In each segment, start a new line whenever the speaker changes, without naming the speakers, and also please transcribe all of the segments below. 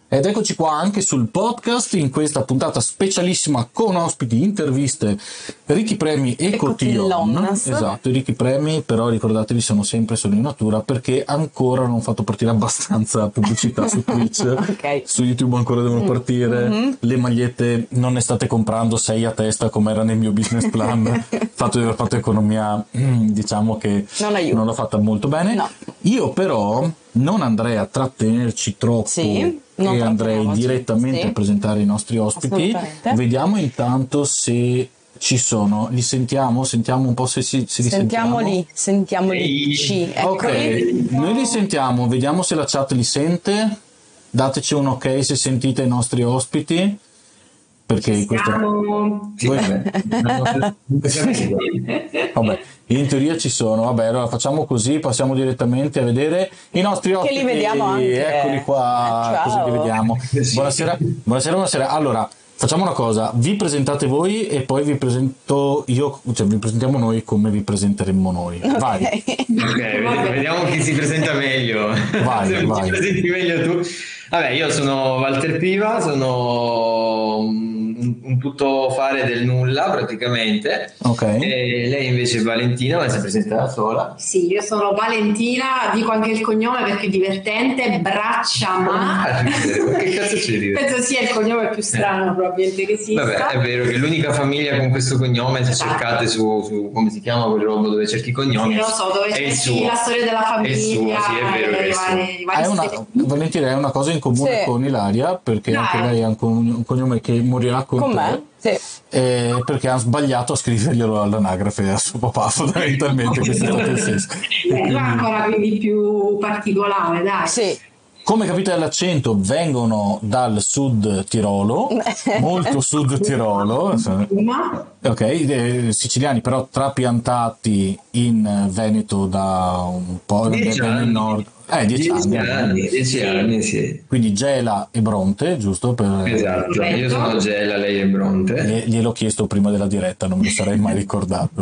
Ed eccoci qua anche sul podcast in questa puntata specialissima con ospiti, interviste, Ricky Premi e Cotillon. Esatto, i Ricky Premi, però ricordatevi sono sempre solo in natura perché ancora non ho fatto partire abbastanza pubblicità su Twitch.
Okay.
Su YouTube ancora devono partire. Le magliette non ne state comprando 6 a testa come era nel mio business plan. Il fatto di aver fatto economia, diciamo che non l'ho fatta molto bene.
No.
Io però non andrei a trattenerci troppo.
Sì,
e andrei direttamente a presentare i nostri ospiti. Vediamo intanto se ci sono, li sentiamo un po' se li sentiamo.
Sentiamoli.
Ok, noi li sentiamo, vediamo se la chat li sente. Dateci un ok se sentite i nostri ospiti. Perché questo vabbè, in teoria ci sono. Vabbè, allora facciamo così, passiamo direttamente a vedere i nostri ospiti.
Che li vediamo anche.
Eccoli qua, così li vediamo. Buonasera. Allora, facciamo una cosa, vi presentate voi e poi vi presento io, cioè vi presentiamo noi come vi presenteremmo noi. Vai.
Ok, vediamo chi si presenta meglio.
Vai.
Ti presenti meglio tu. Vabbè, io sono Walter Piva, sono un tuttofare del nulla praticamente.
Ok.
E lei invece è Valentina, ma si presenta da sola.
Sì, io sono Valentina, dico anche il cognome perché è divertente, Bracciama.
Che cazzo ci ride?
Penso sia il cognome più strano probabilmente che esista.
Vabbè, è vero che l'unica famiglia con questo cognome, se cercate su come si chiama quel robo dove cerchi i cognomi,
sì, lo so, dove cerchi la storia della famiglia.
È il suo, sì, è vero che è il suo.
Valentina è una cosa in comune con Ilaria, perché anche lei ha un cognome che morirà con
me. Sì.
Perché ha sbagliato a scriverglielo all'anagrafe a suo papà, fondamentalmente. Questo è stato il senso.
Ancora quindi più particolare, dai.
Sì.
Come capite dall'accento, vengono dal sud Tirolo, molto sud Tirolo, ok, siciliani però trapiantati in Veneto da un po' nel nord. 10
anni, sì.
Quindi Gela e Bronte, giusto?
Esatto, io sono Gela, lei è Bronte.
Gliel'ho chiesto prima della diretta, non me lo sarei mai ricordato,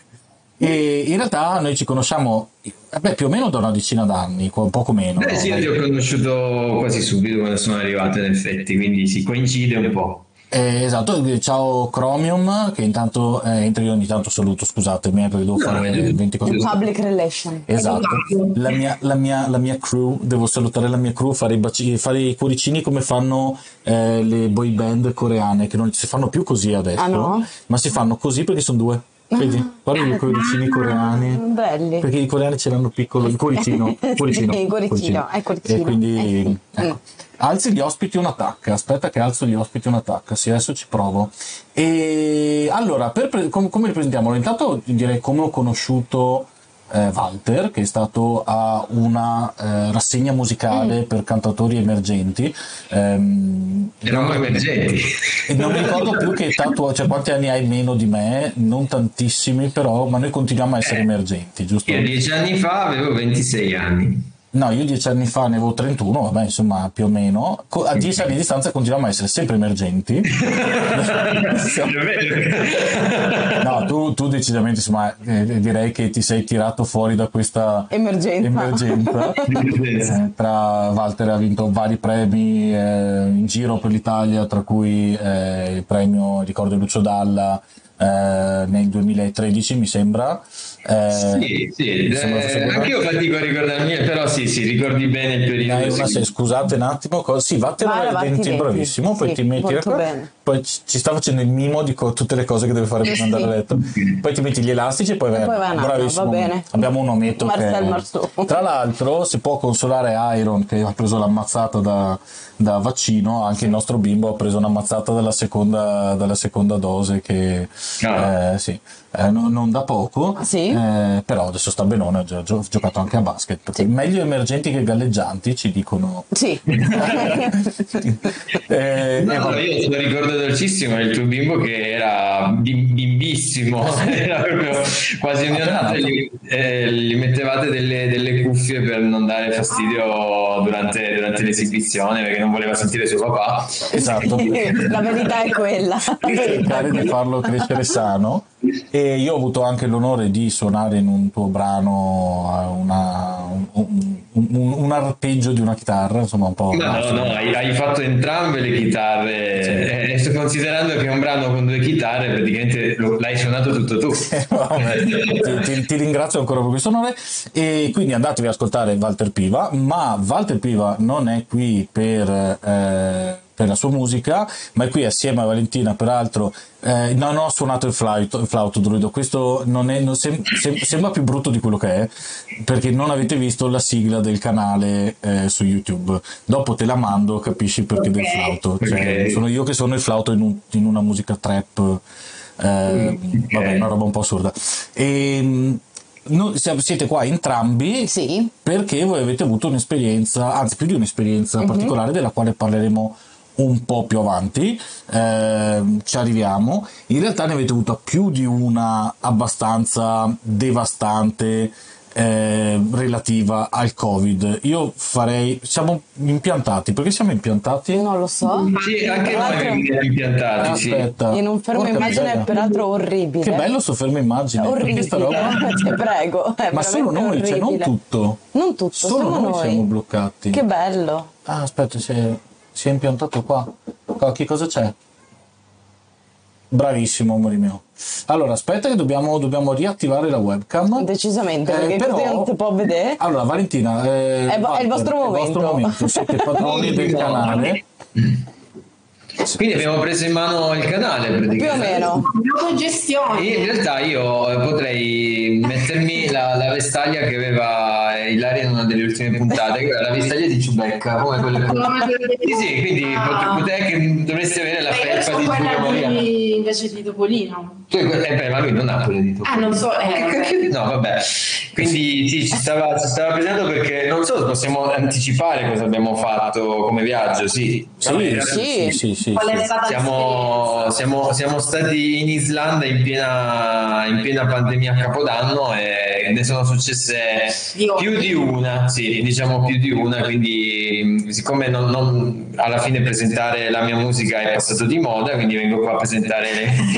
E in realtà noi ci conosciamo più o meno da una decina d'anni, un poco meno.
Sì, io ti ho conosciuto quasi subito quando sono arrivato, in effetti, quindi si coincide un po'.
Esatto, ciao Chromium, che intanto io ogni tanto saluto, scusatemi, perché devo fare 20 cose.
Public relation.
Esatto, la mia crew, devo salutare la mia crew, fare i cuoricini come fanno le boy band coreane, che non si fanno più così adesso,
no?
Ma si fanno così perché sono due. Vedi, guarda i cuoricini coreani,
belli,
perché i coreani ce l'hanno piccolo, il cuoricino.
E quindi
ecco. Alzi gli ospiti un'attacca, aspetta che alzo gli ospiti un'attacca, sì, adesso ci provo. E allora, come ripresentiamolo? Intanto direi come ho conosciuto Walter, che è stato a una rassegna musicale per cantautori emergenti.
Eravamo emergenti.
E non mi ricordo più che età tu, cioè quanti anni hai meno di me, non tantissimi però, ma noi continuiamo a essere emergenti, giusto?
Io 10 anni fa avevo 26 anni.
No, io 10 anni fa ne avevo 31, vabbè, insomma, più o meno. A 10 anni di distanza continuiamo a essere sempre emergenti. No, tu decisamente, insomma, direi che ti sei tirato fuori da questa emergenza. Tra Walter ha vinto vari premi in giro per l'Italia, tra cui il premio, ricordo, Lucio Dalla nel 2013, mi sembra.
Sì, anche io fatico a ricordarmi, però sì, ricordi bene il periodo.
Scusate un attimo, sì, vattene ai denti, bravissimo, poi ti metti poi ci sta facendo il mimo di tutte le cose che deve fare prima di andare a letto, poi ti metti gli elastici e poi bravissimo, va bene. Abbiamo un ometto tra l'altro si può consolare Iron, che ha preso l'ammazzata da vaccino, anche il nostro bimbo ha preso un'ammazzata dalla seconda dose, che non da poco, però adesso sta benone, ha giocato anche a basket, perché meglio emergenti che galleggianti, ci dicono.
Sì.
Io lo ricordo dolcissimo il tuo bimbo, che era bimbissimo, era proprio quasi ogni tanto gli mettevate delle cuffie per non dare fastidio durante l'esibizione, perché non voleva sentire suo papà.
Esatto.
La verità è quella.
Cercare di farlo crescere sano. E io ho avuto anche l'onore di suonare in un tuo brano un arpeggio di una chitarra, insomma un po'.
No, hai fatto entrambe le chitarre, sì. Considerando che è un brano con 2 chitarre, praticamente l'hai suonato tutto tu.
ti ringrazio ancora per questo onore, e quindi andatevi ad ascoltare Walter Piva, ma Walter Piva non è qui per la sua musica, ma è qui assieme a Valentina, peraltro. Non ho suonato il flauto druido, questo sembra più brutto di quello che è, perché non avete visto la sigla del canale su YouTube. Dopo te la mando, capisci perché del flauto. Cioè, sono io che sono il flauto in una musica trap, vabbè, una roba un po' assurda. Siete qua entrambi,
sì,
perché voi avete avuto un'esperienza, anzi più di un'esperienza particolare, della quale parleremo un po' più avanti, ci arriviamo. In realtà ne avete avuta più di una abbastanza devastante, relativa al Covid. Io farei, siamo impiantati, perché siamo impiantati?
Non lo so.
Sì, anche noi siamo impiantati.
Aspetta,
in un fermo immagine peraltro orribile.
Che bello sto fermo immagine,
orribile,
sta roba?
Ti prego,
ma solo noi,
orribile.
Cioè non tutto, solo noi siamo bloccati.
Che bello.
Aspetta, si è impiantato qua. Che cosa c'è? Bravissimo, amore mio. Allora, aspetta che dobbiamo riattivare la webcam.
Decisamente, perché
però,
non ti può vedere.
Allora, Valentina,
è il vostro momento.
Siete padroni del canale.
Quindi abbiamo preso in mano il canale praticamente.
Più o meno.
Autogestione.
In realtà io potrei mettermi la vestaglia che aveva Ilaria in una delle ultime puntate, che era la vestaglia di Ciubecca, come quelle. Sì, quindi potrei che dovreste avere la felpa di Giulio Maria.
Invece di Topolino.
Ma lui non ha quelle di Topolino.
Non so.
No, vabbè. Quindi sì, ci stava pensando, perché non so se possiamo anticipare cosa abbiamo fatto come viaggio. Sì.
Qual è stata
siamo stati in Islanda in piena pandemia a Capodanno, e ne sono successe più di una, sì, diciamo più di una, quindi siccome non alla fine presentare la mia musica è passato di moda, quindi vengo qua a presentare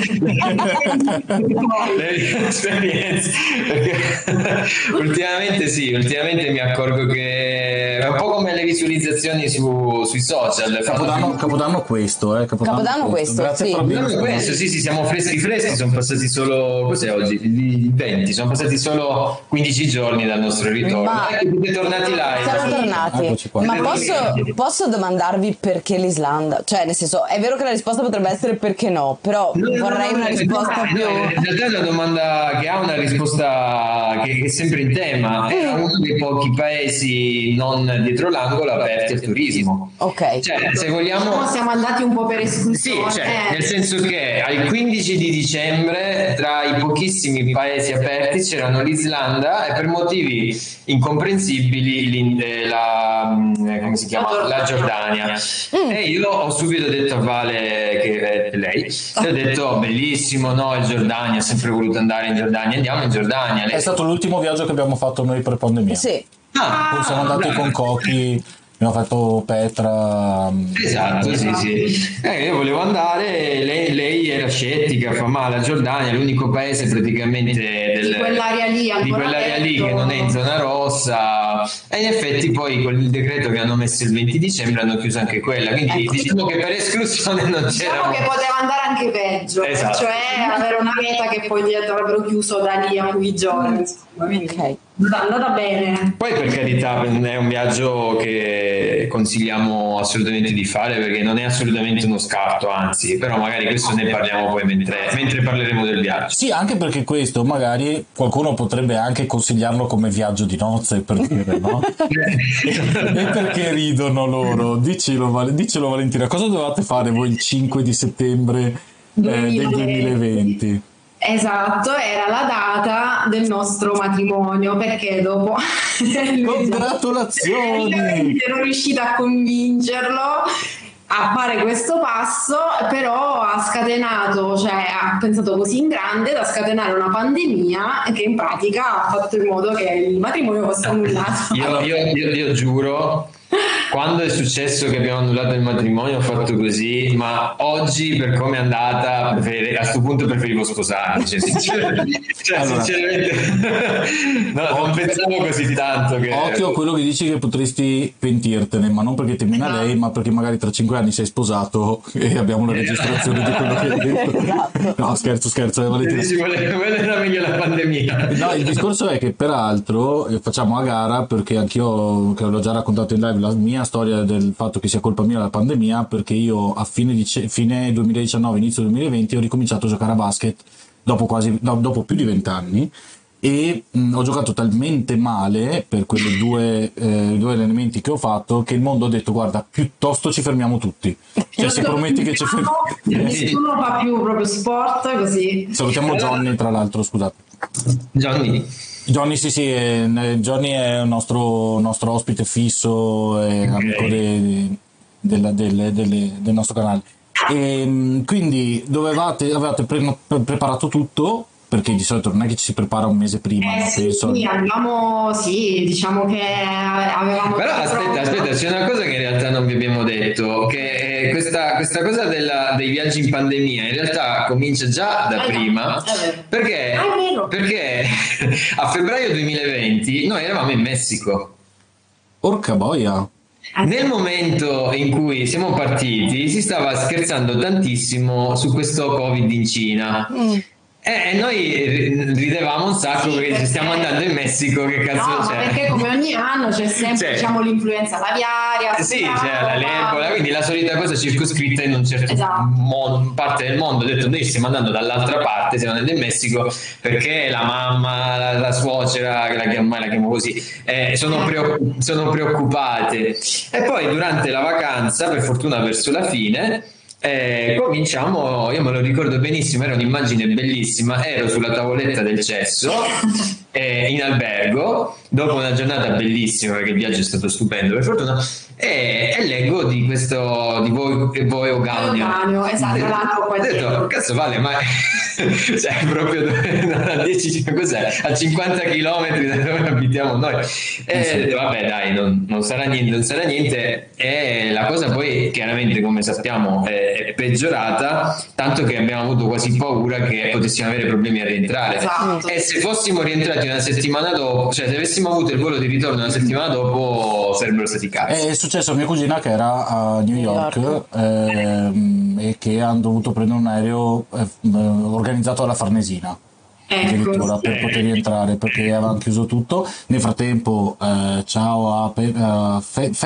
le mie esperienze, perché ultimamente mi accorgo che è un po' come le visualizzazioni sui social.
Capodanno questo,
Capodanno questo,
grazie
sì.
Capodanno questo, sì, siamo freschi, sono passati solo, cos'è oggi? Il 20, sono passati solo 15 giorni dal nostro ritorno. Siete tornati live.
Siamo tornati. Ma posso domandarvi perché l'Islanda? Cioè, nel senso, è vero che la risposta potrebbe essere perché no, però vorrei una risposta più...
In realtà è una domanda che ha una risposta che è sempre in tema. È uno dei pochi paesi non dietro l'angolo aperti al turismo.
Ok.
Cioè, se vogliamo...
siamo andati un po' per esclusione.
Sì, nel senso che al 15 di dicembre tra i pochissimi paesi aperti c'erano l'Islanda e per motivi incomprensibili come si chiama? La Giordania. E io ho subito detto a Vale, che è lei, ho detto bellissimo, no, il Giordania, ho sempre voluto andare in Giordania, andiamo in Giordania.
È stato l'ultimo viaggio che abbiamo fatto noi per pandemia.
Sì.
Siamo andati con Cochi, abbiamo fatto Petra.
Esatto, sì. Io volevo andare, lei era scettica, ma la Giordania è l'unico paese praticamente
di quell'area lì
che non è in zona rossa, e in effetti poi con il decreto che hanno messo il 20 dicembre hanno chiuso anche quella, quindi diciamo che per esclusione non c'era.
Diciamo che poteva andare anche peggio,
esatto.
Cioè avere una meta che poi avrebbero chiuso da lì a pochi giorni.
Ok.
È andata bene.
Poi per carità è un viaggio che consigliamo assolutamente di fare, perché non è assolutamente uno scarto, anzi, però magari questo ne parliamo poi mentre parleremo del viaggio.
Sì, anche perché questo magari qualcuno potrebbe anche consigliarlo come viaggio di nozze, per dire, no? E perché ridono loro? Dicelo Valentina, cosa dovevate fare voi il 5 di settembre del 2020?
Esatto, era la data del nostro matrimonio, perché dopo
congratulazioni,
ero riuscita a convincerlo a fare questo passo, però ha pensato così in grande da scatenare una pandemia che in pratica ha fatto in modo che il matrimonio fosse annullato.
Io giuro quando è successo che abbiamo annullato il matrimonio ho fatto così, ma oggi per come è andata a questo punto preferivo sposarmi, sinceramente non pensavo così tanto che...
Occhio a quello che dici che potresti pentirtene, ma non perché ti mena lei, ma perché magari tra 5 anni sei sposato e abbiamo una registrazione di quello che hai detto. No, scherzo,
quella era meglio la pandemia.
No, il discorso è che peraltro facciamo a gara, perché anch'io, che l'ho già raccontato in live, la mia storia del fatto che sia colpa mia la pandemia, perché io a fine 2019, inizio 2020 ho ricominciato a giocare a basket dopo più di 20 anni e ho giocato talmente male per quei due allenamenti che ho fatto che il mondo ha detto guarda, piuttosto ci fermiamo tutti, cioè se prometti che ci fermiamo
nessuno fa più proprio sport così.
Salutiamo Johnny, tra l'altro, scusate. Johnny sì, Johnny è un nostro ospite fisso, è amico del nostro canale. E quindi avevate preparato tutto, perché di solito non è che ci si prepara un mese prima, penso.
Sì, diciamo che avevamo...
Però aspetta, c'è una cosa che in realtà non vi abbiamo detto, che questa cosa dei viaggi in pandemia in realtà comincia già da prima, perché a febbraio 2020 noi eravamo in Messico.
Porca boia!
Nel momento in cui siamo partiti si stava scherzando tantissimo su questo Covid in Cina. E noi ridevamo un sacco perché ci stiamo andando in Messico, che cazzo c'è?
Perché come ogni anno c'è sempre diciamo l'influenza aviaria,
c'è l'Ebola, quindi la solita cosa circoscritta in un certo parte del mondo. Ho detto noi stiamo andando dall'altra parte, stiamo andando in Messico perché la mamma, la suocera, che la chiamo così, sono preoccupate. E poi durante la vacanza, per fortuna verso la fine, cominciamo, io me lo ricordo benissimo, era un'immagine bellissima, ero sulla tavoletta del cesso in albergo dopo una giornata bellissima perché il viaggio è stato stupendo per fortuna, e leggo di questo di Voeo Gaunio,
esatto,
ho detto cazzo Vale, ma cioè proprio a 10, cos'è, a 50 km da dove abitiamo noi, vabbè dai, non sarà niente. E la cosa poi chiaramente, come sappiamo, è peggiorata, tanto che abbiamo avuto quasi paura che potessimo avere problemi a rientrare. E se fossimo rientrati una settimana dopo, cioè se avessimo avuto il volo di ritorno una settimana dopo, sarebbero stati cazzi.
È successo a mia cugina che era a New York. E che hanno dovuto prendere un aereo organizzato alla Farnesina. Addirittura per poter rientrare, perché avevano chiuso tutto. Nel frattempo ciao a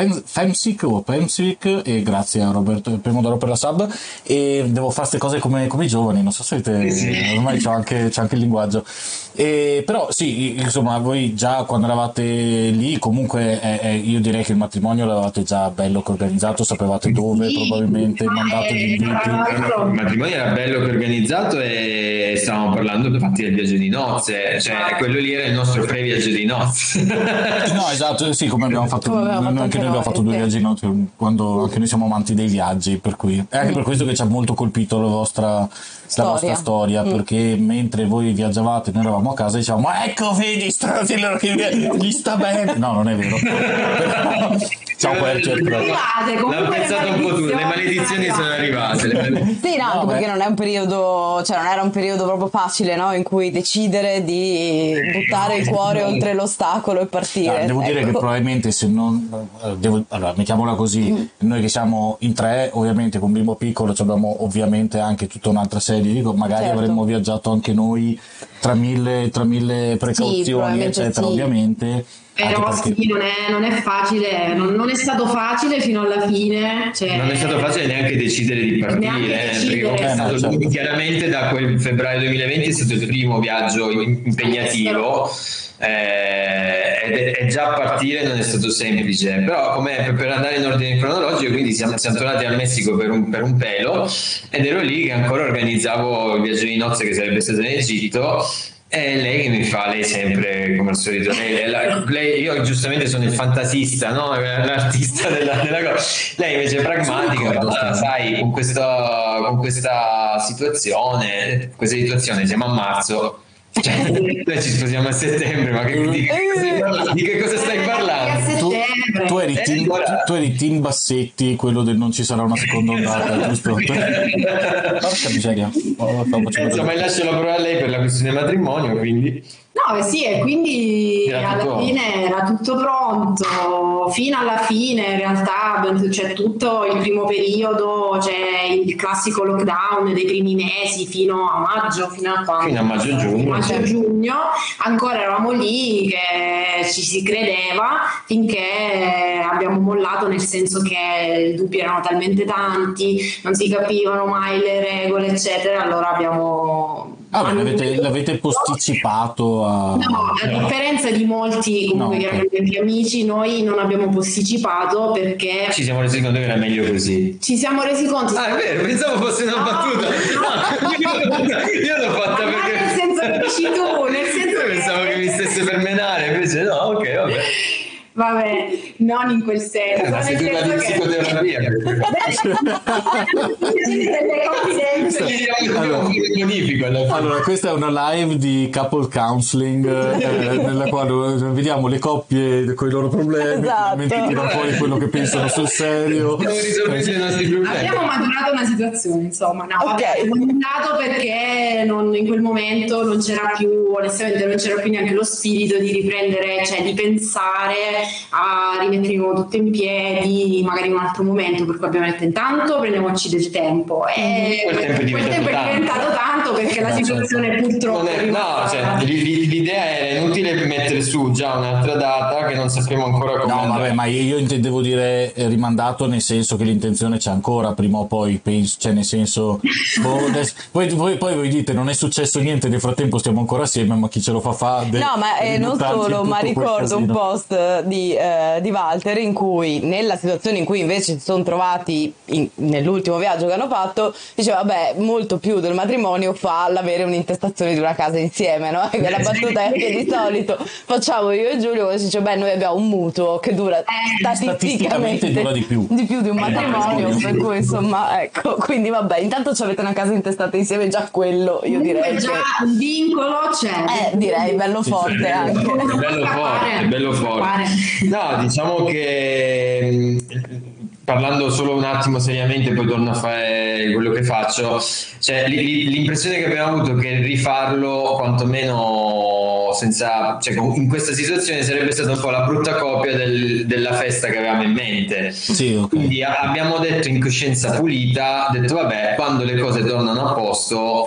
Femsic e grazie a Roberto Pomodoro per la sub, e devo fare queste cose come i giovani, non so se ormai c'è anche il linguaggio, però sì, insomma voi già quando eravate lì comunque io direi che il matrimonio l'avevate già bello che organizzato, sapevate dove, probabilmente mandato gli inviti.
Il matrimonio era bello che organizzato e stavamo parlando infatti del viaggio di nozze, cioè quello lì era il nostro pre-viaggio di nozze.
No, esatto, sì, come abbiamo fatto anche noi abbiamo fatto 2 viaggi di nozze, quando anche noi siamo amanti dei viaggi, per cui è anche per questo che ci ha molto colpito la vostra storia, perché mentre voi viaggiavate noi eravamo a casa e diciamo ma ecco vedi gli sta bene, no non è vero. Ciao Quercia,
l'hanno pensato un po' tu, le maledizioni sono arrivate.
Sì, no, anche perché non è un periodo, cioè non era un periodo proprio facile, no? In cui decidere di buttare il cuore oltre l'ostacolo e partire.
Devo dire che probabilmente se non allora mettiamola così, noi che siamo in 3 ovviamente con bimbo piccolo abbiamo ovviamente anche tutta un'altra serie, dico magari avremmo viaggiato anche noi tra mille precauzioni eccetera, ovviamente.
Però sì, non è facile, non è stato facile fino alla fine. Cioè,
non è stato facile neanche decidere di partire, perché è stato chiaramente da quel febbraio 2020 è stato il primo viaggio impegnativo. E già partire non è stato semplice, però come per andare in ordine cronologico, quindi siamo tornati al Messico per un pelo, ed ero lì che ancora organizzavo il viaggio di nozze che sarebbe stato in Egitto. E lei che mi fa, lei sempre come al solito, lei io giustamente sono il fantasista, no? L'artista della cosa, lei invece è pragmatica, sai, con questa situazione siamo a marzo, cioè, noi ci sposiamo a settembre, ma di che cosa stai parlando?
tu eri team Bassetti, quello del non ci sarà una seconda ondata, giusto? Porca miseria.
Insomma, lascio la parola a lei per la questione matrimonio, quindi...
No, sì, e quindi alla fine era tutto pronto, fino alla fine in realtà c'è tutto il primo periodo, c'è il classico lockdown dei primi mesi fino a maggio, fino a maggio-giugno, ancora eravamo lì che ci si credeva finché abbiamo mollato, nel senso che i dubbi erano talmente tanti, non si capivano mai le regole eccetera, allora abbiamo...
l'avete posticipato a...
No, a differenza di molti comunque che erano miei amici, noi non abbiamo posticipato perché...
Ci siamo resi conto che era meglio così.
Ci siamo resi conto...
Ah, è vero, pensavo fosse una battuta. Io l'ho fatta perché...
nel senso che dici tu, nel senso
che... pensavo che mi stesse per menare, invece no, ok, vabbè.
Vabbè, non in quel senso.
Ma sei tutta di psicoterapia.
Allora, questa è una live di couple counseling nella quale vediamo le coppie con i loro problemi, finalmente tirano fuori quello che pensano sul serio.
Abbiamo maturato una situazione, insomma, abbiamo maturato perché in quel momento non c'era più, onestamente non c'era più neanche lo spirito di riprendere, cioè di pensare a rimetteremo tutto in piedi magari in un altro momento, per cui abbiamo detto intanto prendiamoci del tempo e quel tempo è diventato tanto perché la situazione purtroppo
l'idea era inutile mettere su già un'altra data che non sappiamo ancora come
vabbè, ma io intendevo dire rimandato nel senso che l'intenzione c'è ancora, prima o poi penso, cioè nel senso poi voi dite non è successo niente, nel frattempo stiamo ancora assieme, ma chi ce lo fa
non solo, ma ricordo un post di Walter in cui, nella situazione in cui invece si sono trovati nell'ultimo viaggio che hanno fatto, diceva vabbè, molto più del matrimonio fa l'avere un'intestazione di una casa insieme, no? E quella battuta è che di solito facciamo io e Giulio, quando si dice beh, noi abbiamo un mutuo che dura statisticamente
dura di più
di un matrimonio, per cui insomma ecco, quindi vabbè, intanto ci avete una casa intestata insieme, già quello io direi
già un vincolo c'è,
direi bello forte anche,
bello forte. No, diciamo che parlando solo un attimo seriamente, poi torno a fare quello che faccio, cioè l'impressione che abbiamo avuto è che rifarlo quantomeno senza, cioè in questa situazione sarebbe stata un po' la brutta copia della festa che avevamo in mente.
Sì, okay.
Quindi abbiamo detto in coscienza pulita, detto vabbè, quando le cose tornano a posto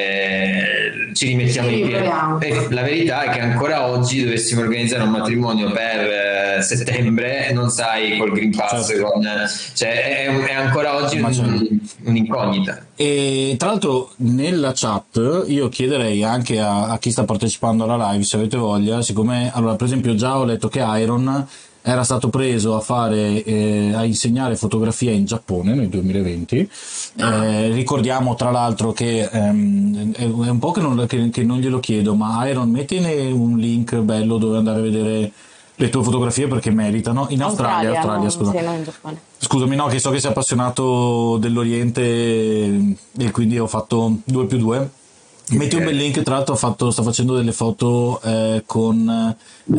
ci rimettiamo in piedi. E la verità è che ancora oggi dovessimo organizzare un matrimonio per settembre, non sai col Green Pass, certo. Cioè è ancora oggi un'incognita.
E tra l'altro nella chat io chiederei anche a chi sta partecipando alla live, se avete voglia, siccome allora per esempio già ho letto che Iron era stato preso a fare a insegnare fotografia in Giappone nel 2020. Ricordiamo tra l'altro che è un po' che non glielo chiedo, ma Iron, mettine un link bello dove andare a vedere le tue fotografie perché meritano. In Australia, scusa.
Sì, no, in Giappone.
Scusami, no, che so che sei appassionato dell'Oriente e quindi ho fatto 2+2. Metti un bel link, tra l'altro sta facendo delle foto con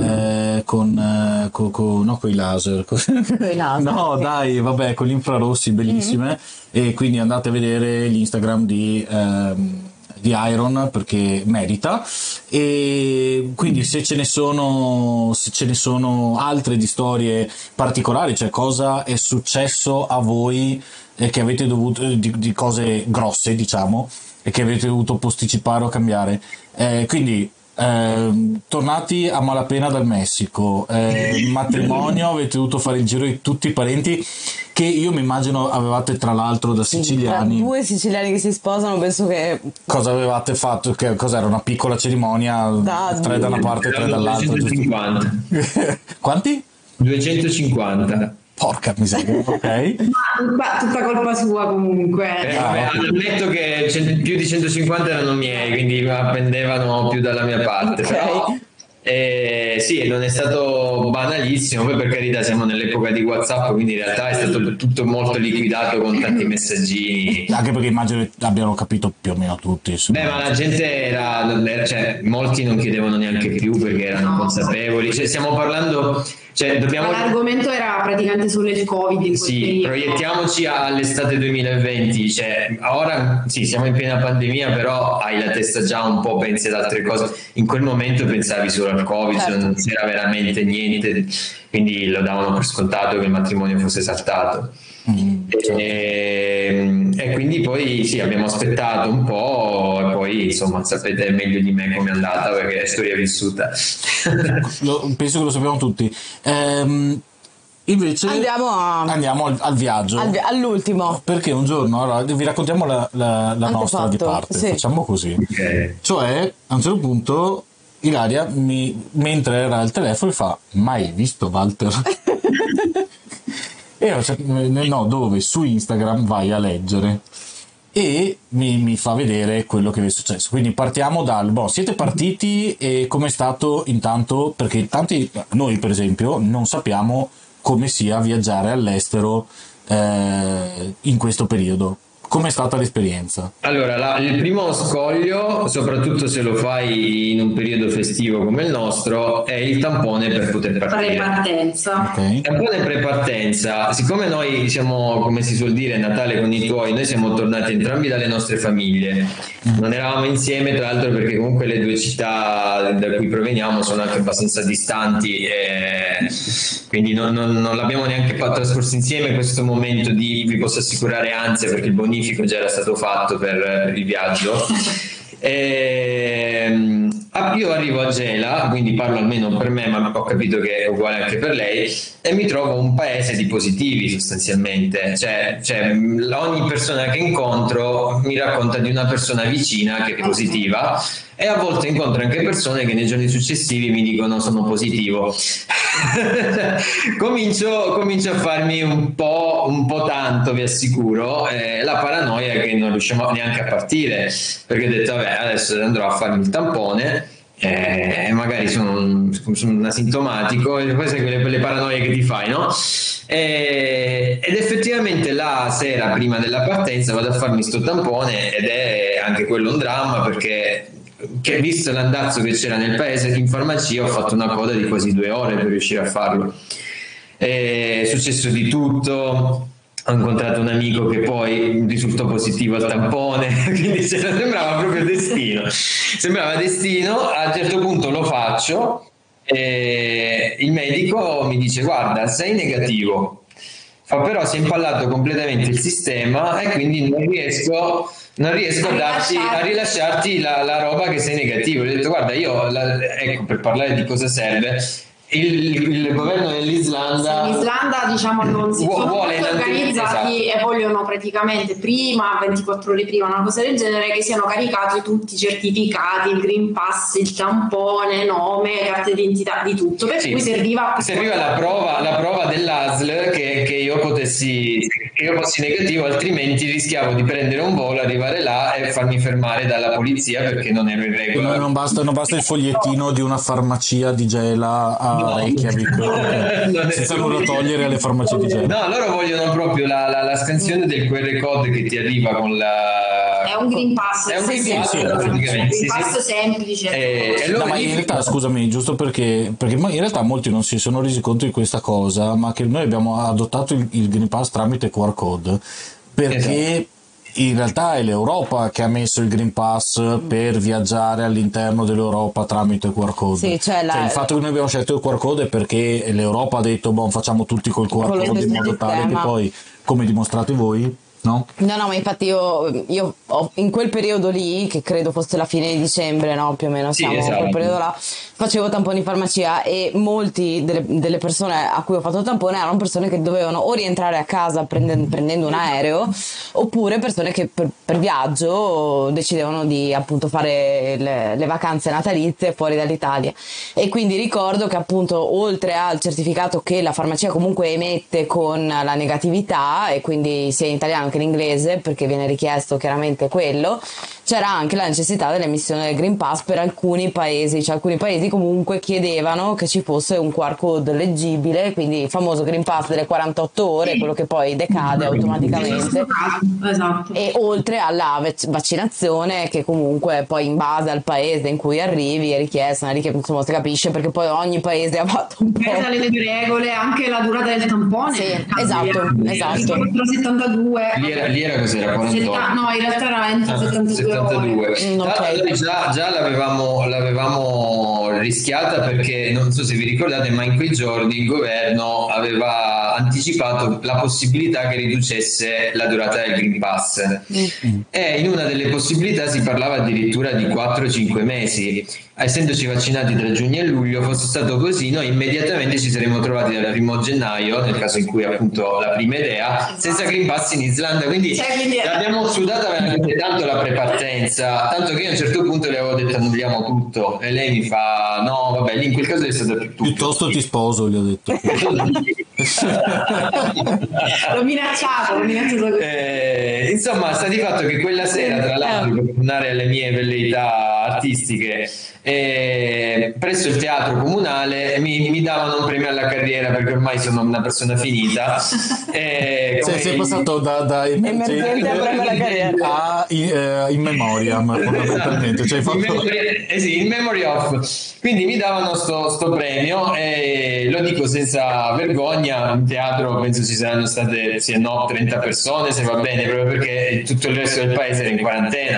i laser. No, dai, vabbè, con gli infrarossi bellissime. E quindi andate a vedere l'Instagram di Iron perché merita. E quindi se ce ne sono altre di storie particolari, cioè cosa è successo a voi che avete dovuto di cose grosse, diciamo, e che avete dovuto posticipare o cambiare, quindi tornati a malapena dal Messico, matrimonio, avete dovuto fare il giro di tutti i parenti che io mi immagino avevate tra l'altro da siciliani.
Tra 2 siciliani che si sposano, penso che...
Cosa avevate fatto? Che cos'era? Una piccola cerimonia? 3 da una parte e 3 dall'altra?
250.
Quanti?
250.
Porca miseria, ok.
Ma tutta colpa sua comunque.
Ammetto che più di 150 erano miei, quindi pendevano più dalla mia parte.
Okay.
Però sì, non è stato banalissimo, poi per carità siamo nell'epoca di WhatsApp, quindi in realtà è stato tutto molto liquidato con tanti messaggini.
Anche perché immagino che abbiano capito più o meno tutti. Insomma.
Beh, ma la gente cioè molti non chiedevano neanche più perché erano consapevoli. Cioè, stiamo parlando Cioè,
ma l'argomento era praticamente solo il Covid.
Sì, proiettiamoci all'estate 2020, cioè ora sì, siamo in piena pandemia, però hai la testa già un po', pensi ad altre cose. In quel momento pensavi solo al Covid, certo. Non c'era veramente niente, quindi lo davano per scontato che il matrimonio fosse saltato. E quindi poi sì, abbiamo aspettato un po' e poi insomma sapete meglio di me com'è andata perché è storia vissuta.
Penso che lo sappiamo tutti. Invece andiamo al viaggio,
all'ultimo,
perché un giorno allora, vi raccontiamo la nostra di parte, sì. Facciamo così, okay. Cioè a un certo punto Ilaria mentre era al telefono fa: mai visto Walter? E io, cioè, no, dove? Su Instagram vai a leggere e mi fa vedere quello che è successo. Quindi partiamo siete partiti e com'è stato intanto, perché tanti, noi per esempio non sappiamo come sia viaggiare all'estero in questo periodo. Com'è stata l'esperienza?
Allora, il primo scoglio, soprattutto se lo fai in un periodo festivo come il nostro, è il tampone per poter partire.
Prepartenza.
Okay. Tampone prepartenza. Siccome noi siamo, come si suol dire, Natale con i tuoi, noi siamo tornati entrambi dalle nostre famiglie. Non eravamo insieme, tra l'altro, perché comunque le due città da cui proveniamo sono anche abbastanza distanti, quindi non l'abbiamo neanche trascorso insieme questo momento vi posso assicurare ansia, perché il bonifico già era stato fatto per il viaggio. Io arrivo a Gela, quindi parlo almeno per me, ma ho capito che è uguale anche per lei, e mi trovo un paese di positivi sostanzialmente, cioè ogni persona che incontro mi racconta di una persona vicina che è positiva, e a volte incontro anche persone che nei giorni successivi mi dicono sono positivo. comincio a farmi un po' tanto, vi assicuro, la paranoia che non riusciamo neanche a partire, perché ho detto vabbè, adesso andrò a farmi il tampone, magari sono un asintomatico, e poi sai quelle paranoie che ti fai, no? Ed effettivamente la sera prima della partenza vado a farmi sto tampone, ed è anche quello un dramma, perché visto l'andazzo che c'era nel paese, in farmacia ho fatto una coda di quasi 2 ore per riuscire a farlo. È successo di tutto. Ho incontrato un amico che poi risultò positivo al tampone, quindi sembrava proprio destino. Sembrava destino. A un certo punto lo faccio e il medico mi dice: guarda, sei negativo, però si è impallato completamente il sistema e quindi non riesco a rilasciarti la roba che sei negativo. Gli ho detto: guarda, ecco, per parlare di cosa serve, il governo dell'Islanda,
diciamo, non si sono molto organizzati, esatto. E vogliono praticamente prima, 24 ore prima, una cosa del genere, che siano caricati tutti i certificati, il Green Pass, il tampone, nome, carta d'identità, di tutto, per cui serviva
la prova dell'ASL che io fossi negativo, altrimenti rischiavo di prendere un volo, arrivare là e farmi fermare dalla polizia perché non ero in regola.
Non basta il fogliettino di una farmacia di Gela a Reykjavik, senza nulla togliere alle farmacie di Gela.
No, loro vogliono proprio la scansione del QR code che ti arriva con la...
È un Green Pass, praticamente. Green Pass semplice.
No, ma in realtà, scusami, giusto perché in realtà molti non si sono resi conto di questa cosa, ma che noi abbiamo adottato il Green Pass tramite QR code, perché esatto. In realtà è l'Europa che ha messo il Green Pass per viaggiare all'interno dell'Europa tramite QR code.
Sì, cioè
il fatto che noi abbiamo scelto il QR code è perché l'Europa ha detto facciamo tutti col QR code in modo tale che poi, come dimostrate voi, no?
No, ma infatti io in quel periodo lì, che credo fosse la fine di dicembre, no? Più o meno siamo in quel periodo là, facevo tamponi in farmacia, e molti delle persone a cui ho fatto il tampone erano persone che dovevano o rientrare a casa prendendo un aereo, oppure persone che per viaggio decidevano di appunto fare le vacanze natalizie fuori dall'Italia. E quindi ricordo che appunto, oltre al certificato che la farmacia comunque emette con la negatività, e quindi sia in italiano che in inglese, perché viene richiesto chiaramente quello, c'era anche la necessità dell'emissione del Green Pass per alcuni paesi, cioè alcuni paesi comunque chiedevano che ci fosse un QR code leggibile, quindi il famoso Green Pass delle 48 ore, quello che poi decade automaticamente,
esatto.
E oltre alla vaccinazione che comunque poi in base al paese in cui arrivi è richiesta, insomma si capisce perché poi ogni paese ha fatto un po'.
Le regole, anche la durata del tampone.
Sì, esatto.
72.
Lì era cos'era? 48?
No, in realtà era 72.
Okay.
Già l'avevamo rischiata perché non so se vi ricordate, ma in quei giorni il governo aveva anticipato la possibilità che riducesse la durata del Green Pass e in una delle possibilità si parlava addirittura di 4-5 mesi. Essendoci vaccinati tra giugno e luglio, fosse stato così, noi immediatamente ci saremmo trovati dal 1 gennaio, nel caso in cui appunto la prima idea, senza Green Pass in Islanda, quindi l'abbiamo sudata veramente tanto la prepartenza, tanto che io a un certo punto le avevo detto annulliamo tutto e lei mi fa no vabbè, lì in quel caso è stato
piuttosto ti sposo, gli ho detto.
l'ho minacciato
insomma sta di fatto che quella sera, tra l'altro, per tornare alle mie velleità artistiche, presso il teatro comunale mi davano un premio alla carriera perché ormai sono una persona finita.
Sei passato da emergente
a premio alla carriera
a in memoriam, fondamentalmente. Cioè,
in memory of. Quindi mi davano sto premio e lo dico senza vergogna, in teatro penso ci saranno state 30 persone se va bene, proprio perché tutto il resto del paese era in quarantena,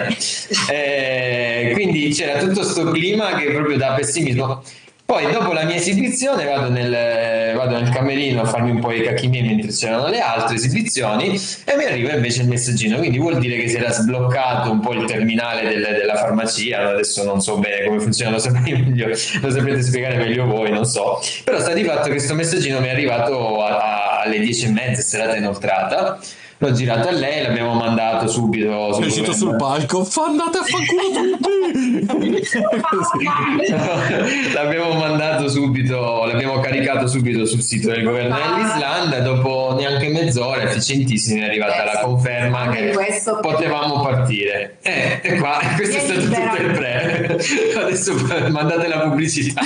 quindi c'era tutto sto clima che proprio da pessimismo. Poi dopo la mia esibizione vado nel camerino a farmi un po' i cacchi miei mentre c'erano le altre esibizioni e mi arriva invece il messaggino, quindi vuol dire che si era sbloccato un po' il terminale della farmacia. Adesso non so bene come funziona, lo saprete spiegare meglio voi, non so, però sta di fatto che questo messaggino mi è arrivato alle 10:30, serata inoltrata. L'ho girato a lei, l'abbiamo mandato subito.
È uscito sul palco, andate a fanculo tutti!
L'abbiamo mandato subito, l'abbiamo caricato subito sul sito del governo dell'Islanda. Dopo neanche mezz'ora, efficientissimi, è arrivata la conferma che potevamo partire. E qua, questo è stato tutto il pre. Adesso mandate la pubblicità.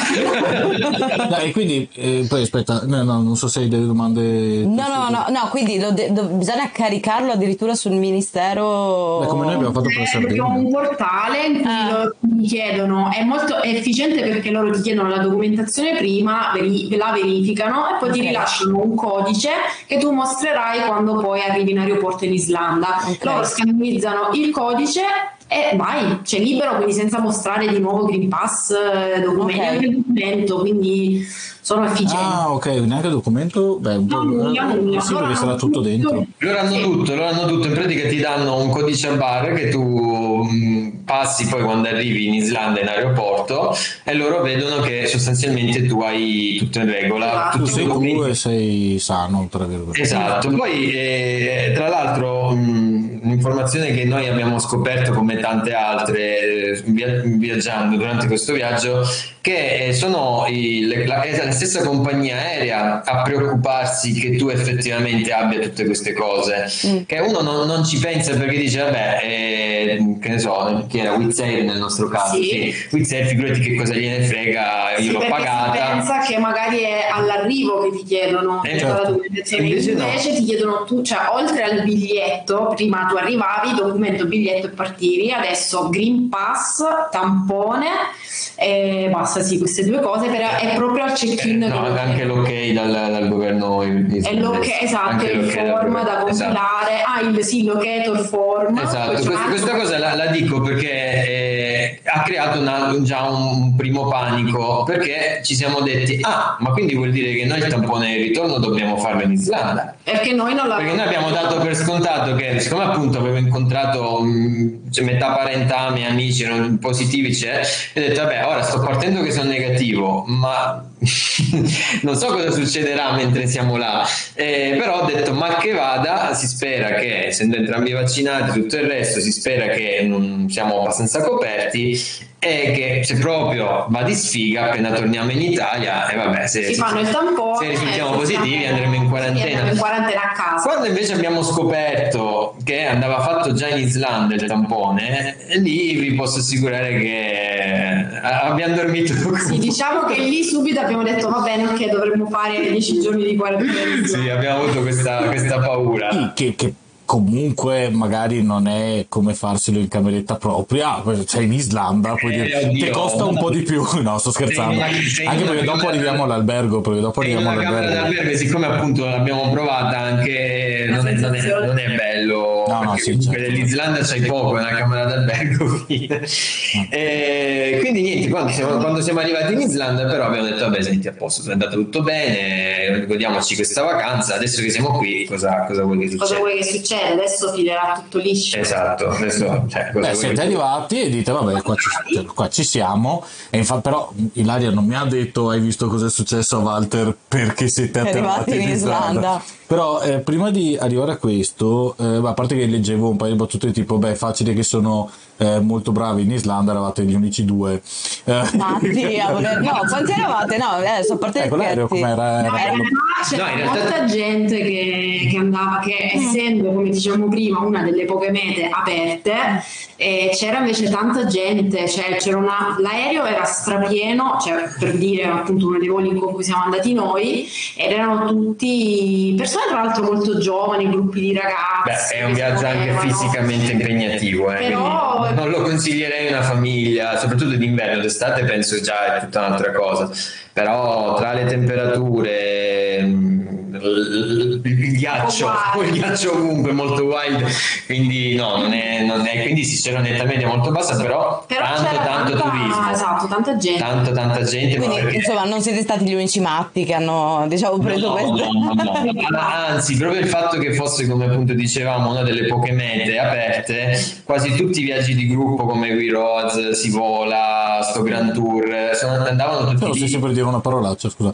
E quindi, poi aspetta, no, non so se hai delle domande.
No, quindi bisogna caricarlo addirittura sul ministero.
Come noi abbiamo fatto per Sardegna.
Abbiamo un portale in cui ti chiedono, è molto efficiente perché loro ti chiedono la documentazione prima, la verificano e poi ti rilasciano un codice che tu mostrerai quando poi arrivi in aeroporto in Islanda. Loro scannerizzano il codice e vai, c'è libero, quindi senza mostrare di nuovo Green Pass, documento, quindi sono efficienti.
Ah, ok, neanche documento? Sì, perché sarà tutto dentro.
Loro hanno tutto, in pratica ti danno un codice a barre che tu passi poi quando arrivi in Islanda in aeroporto e loro vedono che sostanzialmente tu hai tutto in regola.
Tu sei sicuro e sei sano, tra virgolette.
Esatto, poi tra l'altro un'informazione che noi abbiamo scoperto come tante altre viaggiando durante questo viaggio, che sono la stessa compagnia aerea a preoccuparsi che tu effettivamente abbia tutte queste cose, che uno non ci pensa perché dice vabbè, che ne so, che era Wizz Air nel nostro caso, sì. Wizz Air, figurati che cosa gliene frega, io l'ho pagata.
Si pensa che magari è all'arrivo che ti chiedono la documentazione, invece ti chiedono tu, cioè oltre al biglietto, prima tu arrivavi, documento, biglietto e partivi, adesso Green Pass, tampone e basta, sì, queste due cose è proprio al check-in.
Anche l'ok dal governo
islandese. Esatto, il form da compilare, il locator form.
Esatto, questa cosa la dico perché ha creato già un primo panico, perché ci siamo detti ma quindi vuol dire che noi il tampone di ritorno dobbiamo farlo in Islanda,
perché noi
abbiamo dato per scontato che, siccome appunto avevo incontrato metà parentami, amici erano positivi, e ho detto vabbè, ora sto partendo che sono negativo, ma non so cosa succederà mentre siamo là, però ho detto ma che vada, si spera che, essendo entrambi vaccinati, tutto il resto, si spera che non siamo abbastanza coperti e che se proprio va di sfiga appena torniamo in Italia e vabbè, se
fanno il tampone,
se risultiamo positivi andremo in quarantena.
A casa.
Quando invece abbiamo scoperto che andava fatto già in Islanda il tampone, lì vi posso assicurare che abbiamo dormito.
Sì, diciamo che lì subito abbiamo detto va bene, ok, dovremmo fare 10 giorni di quarantena.
Sì, abbiamo avuto questa paura.
Che comunque magari non è come farselo in cameretta propria, cioè in Islanda puoi dire che costa un po' di più. No, sto scherzando, anche perché dopo arriviamo all'albergo,
all'albergo, siccome appunto l'abbiamo provata anche non è bello,
no, sì, certo.
Dell'Islanda c'hai poco, è una camera d'albergo quindi niente, quando siamo arrivati in Islanda però abbiamo detto vabbè, senti, a posto, è andato tutto bene, godiamoci questa vacanza, adesso che siamo qui cosa vuoi che succeda?
Adesso filerà tutto liscio.
Esatto, adesso
siete arrivati e dite vabbè, qua ci siamo, e però Ilaria non mi ha detto hai visto cosa è successo a Walter perché siete
arrivati in Islanda.
Però prima di arrivare a questo, a parte che leggevo un paio di battute tipo facile che sono molto bravi in Islanda, eravate gli unici due.
Quanti eravate? No, adesso a parte
l'aereo com'era?
C'era molta gente che andava, che essendo, come dicevamo prima, una delle poche mete aperte, c'era invece tanta gente, cioè l'aereo era strapieno, cioè per dire appunto uno dei voli con cui siamo andati noi, ed erano tutti persone tra l'altro molto giovani, gruppi di ragazzi.
È un viaggio anche fisicamente impegnativo, però non lo consiglierei a una famiglia, soprattutto d'inverno. D'estate penso già è tutta un'altra cosa, però tra le temperature, il ghiaccio ovunque, molto wild, quindi non è quindi sì, c'era un'età media molto bassa, però tanto turismo,
esatto, tanta gente,
quindi insomma non siete stati gli unici matti che hanno preso questo.
Anzi, proprio il fatto che fosse, come appunto dicevamo, una delle poche mete aperte, quasi tutti i viaggi di gruppo come We Roads, Si Vola, sto Grand Tour andavano tutti.
Non so se per dire una parolaccia, scusa.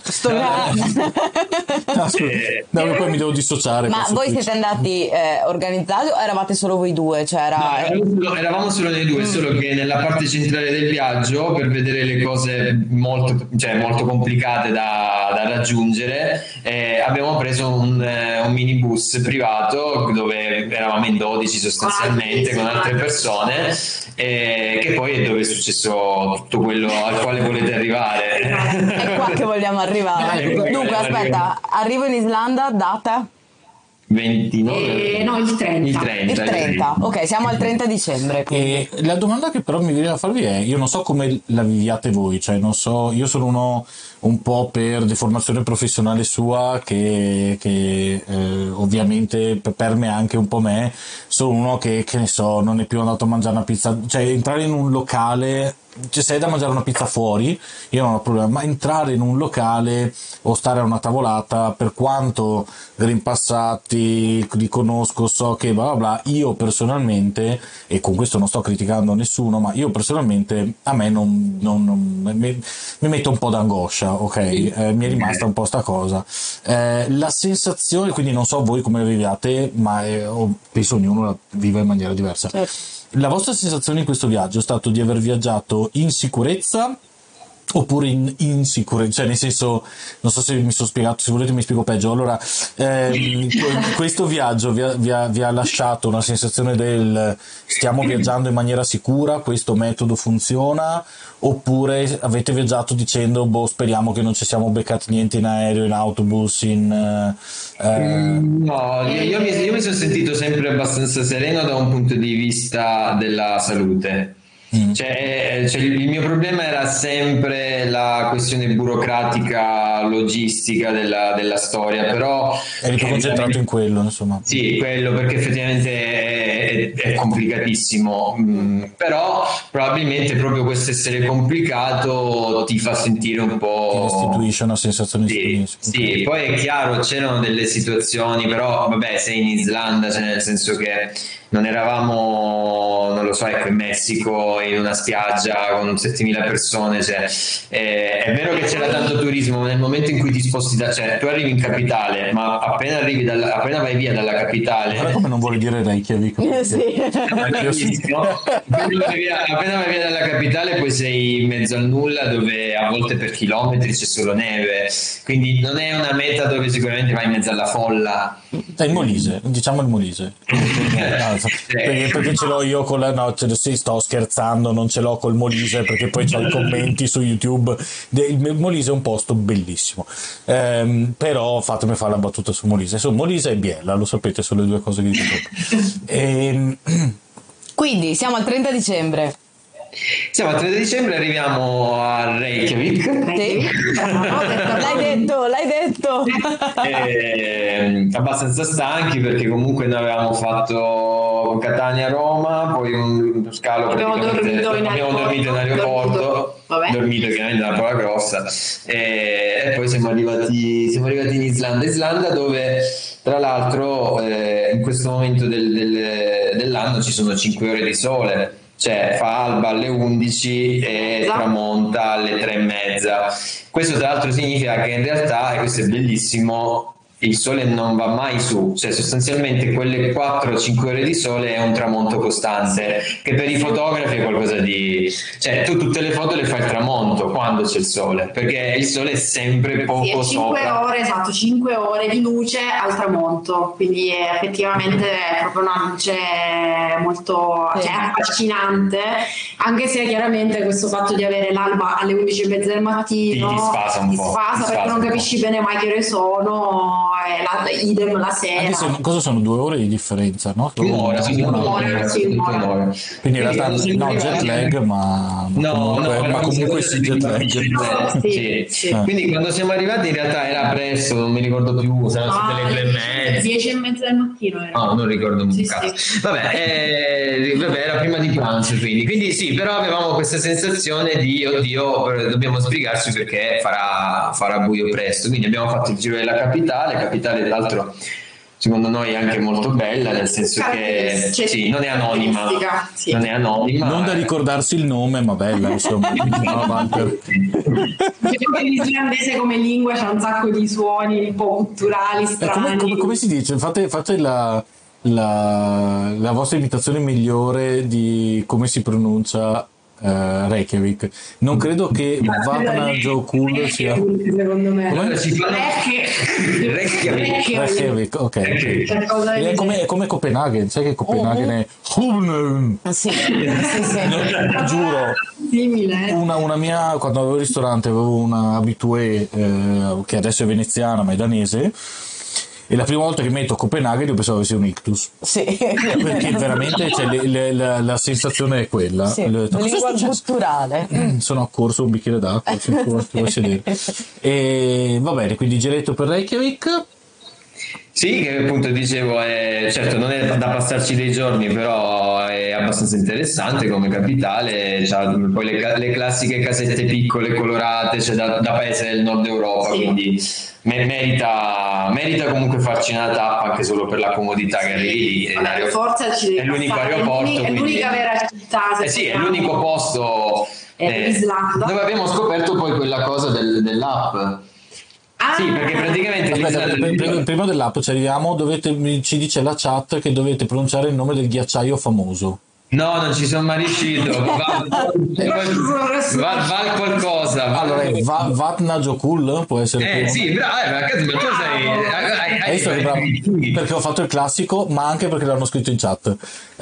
Poi mi devo dissociare.
Ma voi siete andati organizzati o eravate solo voi due?
Eravamo solo noi due, solo che nella parte centrale del viaggio, per vedere le cose molto complicate da raggiungere, abbiamo preso un minibus privato dove eravamo in 12 sostanzialmente con altre persone, che poi è dove è successo tutto quello al quale volete arrivare.
È qua che vogliamo arrivare. Dunque aspetta, arrivo in Islanda, data?
29?
No, il 30.
Ok, siamo al 30 dicembre.
E la domanda che però mi viene da farvi è, io non so come la viviate voi, cioè non so, io sono uno un po' per deformazione professionale sua che ovviamente per me anche un po' me, sono uno che ne so, non è più andato a mangiare una pizza, cioè entrare in un locale, cioè se è da mangiare una pizza fuori io non ho problema, ma entrare in un locale o stare a una tavolata, per quanto green passati li conosco, so che bla bla bla, io personalmente, e con questo non sto criticando nessuno, ma io personalmente a me mi mette un po' d'angoscia, ok? Mi è rimasta un po' sta cosa, la sensazione, quindi non so voi come la viviate, ma penso ognuno la viva in maniera diversa.
Certo.
La vostra sensazione in questo viaggio è stato di aver viaggiato in sicurezza oppure in insicurezza? Cioè, nel senso, non so se mi sono spiegato, se volete mi spiego peggio. Allora, questo viaggio vi ha lasciato una sensazione del stiamo viaggiando in maniera sicura, questo metodo funziona, oppure avete viaggiato dicendo speriamo che non ci siamo beccati niente in aereo, in autobus,
No, io mi sono sentito sempre abbastanza sereno da un punto di vista della salute. Cioè, il mio problema era sempre la questione burocratica, logistica della storia, però
eri più concentrato in quello, insomma.
Sì, quello, perché effettivamente è complicatissimo, però probabilmente proprio questo essere complicato ti fa sentire un po',
ti restituisce una sensazione di
sì, poi è chiaro, c'erano delle situazioni, però vabbè, sei in Islanda, cioè nel senso che non eravamo, non lo so, ecco, in Messico in una spiaggia con 7.000 persone, cioè, è vero che c'era tanto turismo, ma nel momento in cui ti sposti cioè tu arrivi in capitale, ma appena vai via dalla capitale,
guarda come non vuoi dire Reykjavik.
Appena vai via dalla capitale poi sei in mezzo al nulla, dove a volte per chilometri c'è solo neve, quindi non è una meta dove sicuramente vai in mezzo alla folla.
È il Molise, diciamo il Molise. Perché ce l'ho io con sto scherzando, non ce l'ho col Molise perché poi c'ho i commenti su YouTube. Il Molise è un posto bellissimo, però fatemi fare la battuta sul Molise. Molise e Biella, lo sapete, sono le due cose che dico.
Quindi siamo al 30 dicembre.
Siamo al 30 dicembre, arriviamo a Reykjavik.
Sì. L'hai detto.
Abbastanza stanchi perché comunque noi avevamo fatto Catania-Roma, poi un scalo,
abbiamo dormito in
aeroporto, dormito chiaramente una parola grossa, e poi siamo arrivati in Islanda, dove tra l'altro in questo momento dell'anno ci sono 5 ore di sole. Cioè fa alba alle 11 e tramonta alle 3:30. Questo tra l'altro significa che in realtà, e questo è bellissimo, il sole non va mai su, cioè sostanzialmente quelle 4-5 ore di sole è un tramonto costante, che per i fotografi è qualcosa di... cioè tu tutte le foto le fai al tramonto quando c'è il sole, perché il sole è sempre poco sopra.
5 ore di luce al tramonto, quindi effettivamente è proprio una luce molto affascinante, anche se chiaramente questo fatto di avere l'alba alle 11:30 del mattino
ti sfasa un po',
perché non capisci bene mai che ore sono, idem la sera.
Anche se cosa sono 2 ore di differenza, no?
Un'ora.
Quindi in realtà no jet lag, ma comunque sì, jet lag.
Sì. Quindi quando siamo arrivati in realtà era presto, non mi ricordo più, saranno state le 3:30.
10:30 del mattino era.
No, non ricordo un cazzo. Sì. Vabbè, era prima di pranzo, quindi sì, però avevamo questa sensazione di oddio, dobbiamo sbrigarci perché farà buio presto, quindi abbiamo fatto il giro della capitale tra l'altro secondo noi è anche molto bella, nel senso che sì, non è anonima,
non
da ricordarsi il nome, ma bella, insomma.
Diciamo che l'islandese come lingua c'ha un sacco di suoni un po' culturali strani.
Come si dice? Fate la vostra imitazione migliore di come si pronuncia Reykjavik. Non credo che Vatnajökull sia,
secondo me.
Reykjavik, ok. È come Copenaghen, sai che Copenaghen è
sì.
Giuro.
Simile.
Una mia, quando avevo il ristorante, avevo una habitué che adesso è veneziana ma è danese. E la prima volta che metto Copenaghen io pensavo che sia un ictus.
Sì.
Perché veramente la sensazione è quella.
Sì, la lingua culturale.
Sono accorso un bicchiere d'acqua, ti vuoi sedere. E va bene, quindi giretto per Reykjavik.
Sì, che appunto dicevo, certo non è da passarci dei giorni, però è abbastanza interessante come capitale, c'ha poi le classiche casette piccole colorate, cioè da paese del nord Europa, sì. Quindi merita comunque farci una tappa anche solo per la comodità che arrivi.
È
l'unico aeroporto,
è l'unica vera città.
Sì, è l'unico posto dove abbiamo scoperto poi quella cosa dell'app. Sì, perché praticamente
prima dell'app ci arriviamo, ci dice la chat che dovete pronunciare il nome del ghiacciaio famoso.
No, non ci sono mai riuscito. Val qualcosa.
Allora, Vatnajökull può essere.
Sì, bravo, ma tu sei.
Perché ho fatto il classico, ma anche perché l'hanno scritto in chat.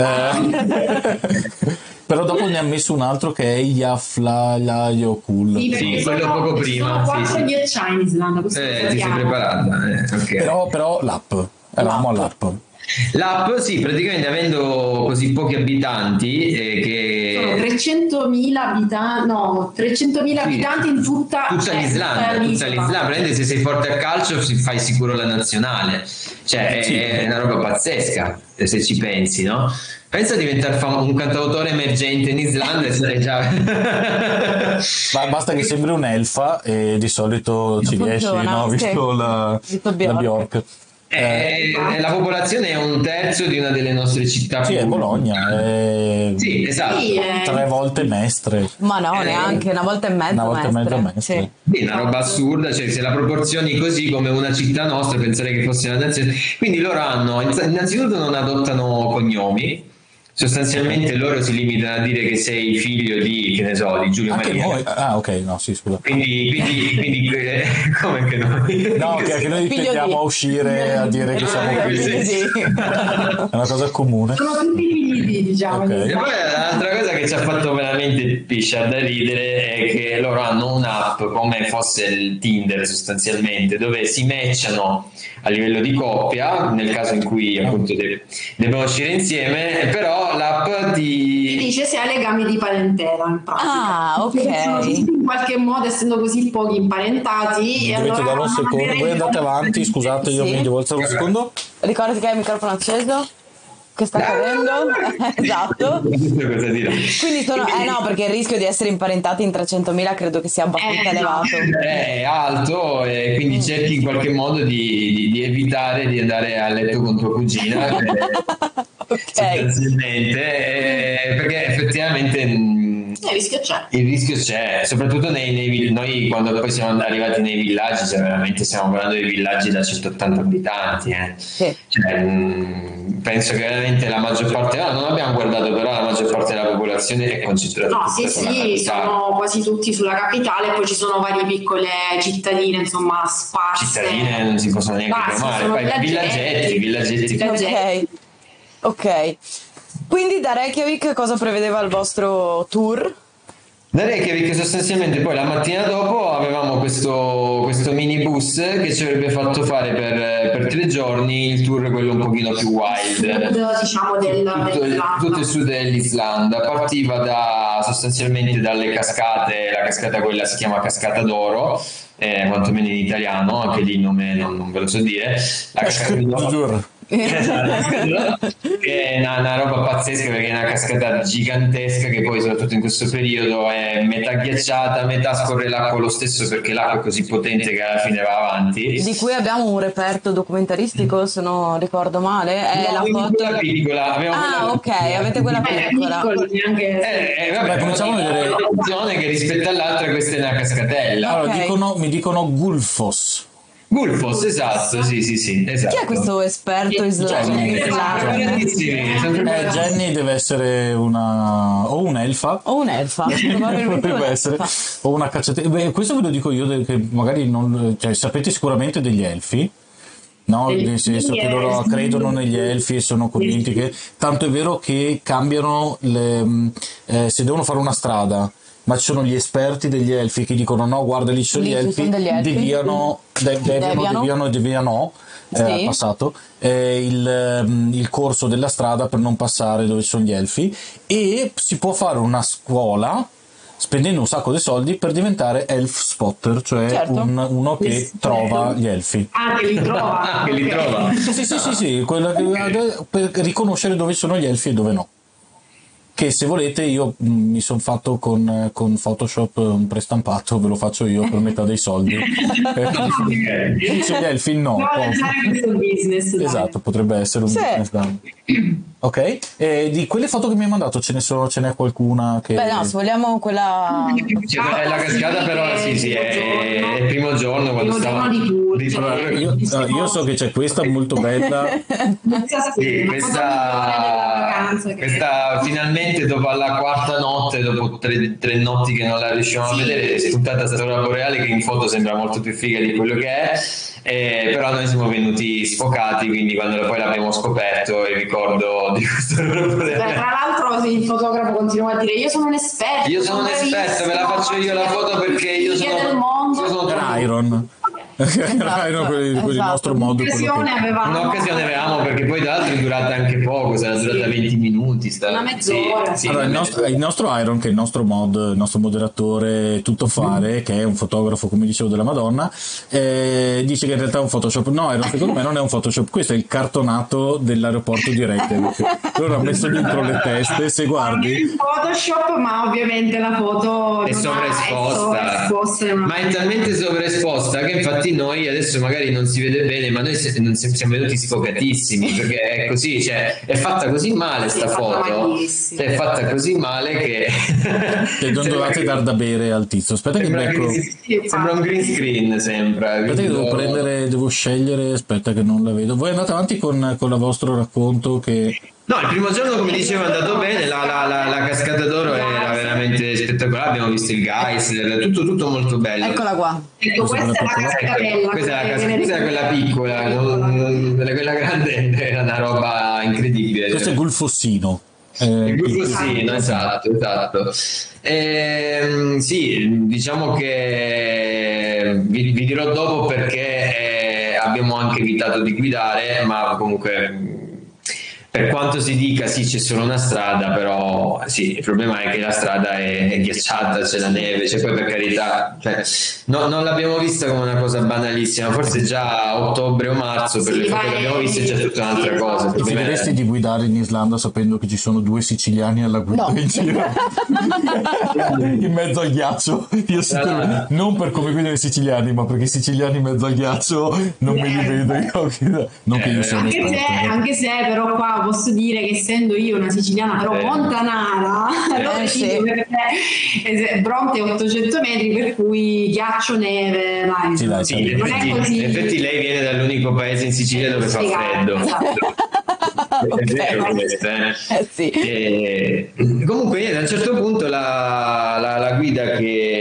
Però dopo ne ha messo un altro che è Jaflajökull.
Sì, quello poco prima.
Sono 4 ghiacciai in Islanda.
Ti sei preparata. Okay.
Però l'app. Eravamo all'app.
L'app, sì, praticamente avendo così pochi abitanti
sono 300.000 abitanti in tutta
l'Islanda. Praticamente se sei forte a calcio fai sicuro la nazionale, cioè è una roba pazzesca se ci pensi, no? Pensa a diventare un cantautore emergente in Islanda e sarei già
basta che sembri un'elfa e di solito ci riesci, no? Visto la Bjork.
La popolazione è 1/3 di una delle nostre città.
Sì, è Bologna.
Sì, esatto.
3 volte Mestre.
Ma no, neanche una volta e mezzo Mestre.
Sì, una roba assurda, cioè se la proporzioni così come una città nostra, pensare che fosse una nazione. Quindi loro hanno, innanzitutto non adottano cognomi. Sostanzialmente loro si limitano a dire che sei figlio di, che ne so, di Giulio
anche
Maria.
Noi. Ah, ok, no, sì, scusa.
Quindi come anche noi?
No, che anche noi tendiamo a uscire a dire che siamo figli. È una cosa comune.
Sono tutti figli, diciamo.
Okay.
E poi l'altra cosa che ci ha fatto veramente pisciare da ridere è che loro hanno un'app come fosse il Tinder sostanzialmente, dove si matchano a livello di coppia, nel caso in cui appunto devono uscire insieme, però l'app ti
dice se hai legami di parentela in pratica.
Ah, ok.
In qualche modo, essendo così pochi imparentati,
dovete
allora
dare un secondo, voi andate avanti, scusate, io mi devo alzare un secondo.
Ricordati che hai il microfono acceso. Che sta accadendo? Esatto. Quindi sono no, perché il rischio di essere imparentati in 300.000 credo che sia abbastanza elevato.
È alto e quindi cerchi in qualche modo di evitare di andare a letto con tua cugina. Sostanzialmente, perché effettivamente il rischio c'è, soprattutto noi quando poi siamo arrivati nei villaggi, cioè veramente stiamo parlando di villaggi da 180 abitanti.
Sì.
Cioè, penso che veramente la maggior parte, non abbiamo guardato, però la maggior parte della popolazione è concentrata sulla capitale.
Sono quasi tutti sulla capitale, poi ci sono varie piccole cittadine, insomma, sparse.
Cittadine non si possono neanche chiamare, poi villaggetti.
Ok. Quindi da Reykjavik cosa prevedeva il vostro tour?
Da Reykjavik sostanzialmente poi la mattina dopo avevamo questo minibus che ci avrebbe fatto fare per 3 giorni il tour, quello un pochino più wild,
diciamo
tutto il sud dell'Islanda. Partiva sostanzialmente dalle cascate, la cascata quella si chiama Cascata d'Oro, quantomeno in italiano, anche lì il nome non ve lo so dire, la cascata d'Oro. Che è una roba pazzesca, perché è una cascata gigantesca che poi soprattutto in questo periodo è metà ghiacciata, metà scorre l'acqua lo stesso, perché l'acqua è così potente che alla fine va avanti,
di cui abbiamo un reperto documentaristico, se non ricordo male, è la foto
quella piccola.
Avete quella piccola.
Vabbè, cominciamo a vedere
che rispetto all'altra questa è una cascatella.
Allora, mi dicono Gulfos,
esatto, sì, esatto.
Chi è questo esperto islamico?
Jenny deve essere o un'elfa. Potrebbe essere, o una cacciatrice. Questo ve lo dico io, che magari non, cioè, sapete sicuramente degli elfi, no? Nel senso che loro credono negli elfi e sono convinti che, tanto è vero che cambiano se devono fare una strada, ma ci sono gli esperti degli elfi che dicono no, guarda, lì ci sono gli elfi, deviano passato il corso della strada per non passare dove ci sono gli elfi, e si può fare una scuola spendendo un sacco di soldi per diventare elf spotter, cioè uno che trova gli elfi.
Che li trova.
Sì, quello per riconoscere dove sono gli elfi e dove no. Che se volete io mi sono fatto con Photoshop un prestampato, ve lo faccio io per metà dei soldi. Gli elfi no.
Business,
esatto, potrebbe essere un business. Ok, di quelle foto che mi hai mandato ce n'è qualcuna che...
Beh no, se vogliamo quella...
È la cascata, però sì, è il primo giorno quando stavo...
Io so che c'è questa molto bella.
Questa finalmente dopo la quarta notte, dopo tre notti che non la riuscivamo a vedere, è spuntata questa aurora boreale che in foto sembra molto più figa di quello che è. Però noi siamo venuti sfocati, quindi quando poi l'abbiamo scoperto il ricordo di questo aurora boreale.
Tra l'altro il fotografo continua a dire io sono un esperto,
ve la faccio io la foto perché io sono
Iron. Il nostro modo.
Un'occasione avevamo, perché poi tra l'altro è durata anche poco, sarà durata 20 minuti,
una mezz'ora.
Allora,
il nostro Iron, che è il nostro moderatore tuttofare, che è un fotografo, come dicevo, della Madonna, dice che in realtà è un Photoshop. No, Iron, secondo me non è un Photoshop, questo è il cartonato dell'aeroporto di Reykjavik. Loro hanno messo dentro le teste, se guardi
Photoshop, ma ovviamente la foto
è sovraesposta, ma è talmente sovraesposta che infatti infatti noi adesso magari non si vede bene, ma noi siamo venuti sfogatissimi, perché è così, cioè è fatta così male sta foto, è fatta così male che
non dovete dar da bere al tizio. Aspetta che
sembra un green screen, sembra.
Aspetta che devo scegliere, aspetta che non la vedo. Voi andate avanti con il vostro racconto che...
No, il primo giorno, come dicevo, è andato bene, la cascata d'oro era veramente spettacolare, abbiamo visto il geyser, tutto molto bello.
Eccola qua.
Ecco, questa è la cascatella.
Questa è quella piccola, quella grande è una roba incredibile.
Questo è Gulfossino.
Il Gulfossino, esatto. Sì, diciamo che vi dirò dopo perché abbiamo anche evitato di guidare, ma comunque... Per quanto si dica sì, c'è solo una strada, però sì, il problema è che la strada è ghiacciata, c'è la neve, cioè poi per carità, non l'abbiamo vista come una cosa banalissima, forse già a ottobre o marzo per le foto che abbiamo visto è già tutta un'altra cosa.
Ti fideresti di guidare in Islanda sapendo che ci sono 2 siciliani alla guida in giro? In mezzo al ghiaccio? Io sicuramente, non per come guidano i siciliani, ma perché i siciliani in mezzo al ghiaccio non me li vedo. Non che io sia un esperto.
Anche se però qua posso dire che essendo io una siciliana però montanara, perché Bronte è 800 metri, per cui ghiaccio, neve,
dai, non è così. In effetti lei viene dall'unico paese in Sicilia dove fa freddo. Esatto. È vero questo, sì. Comunque a un certo punto la guida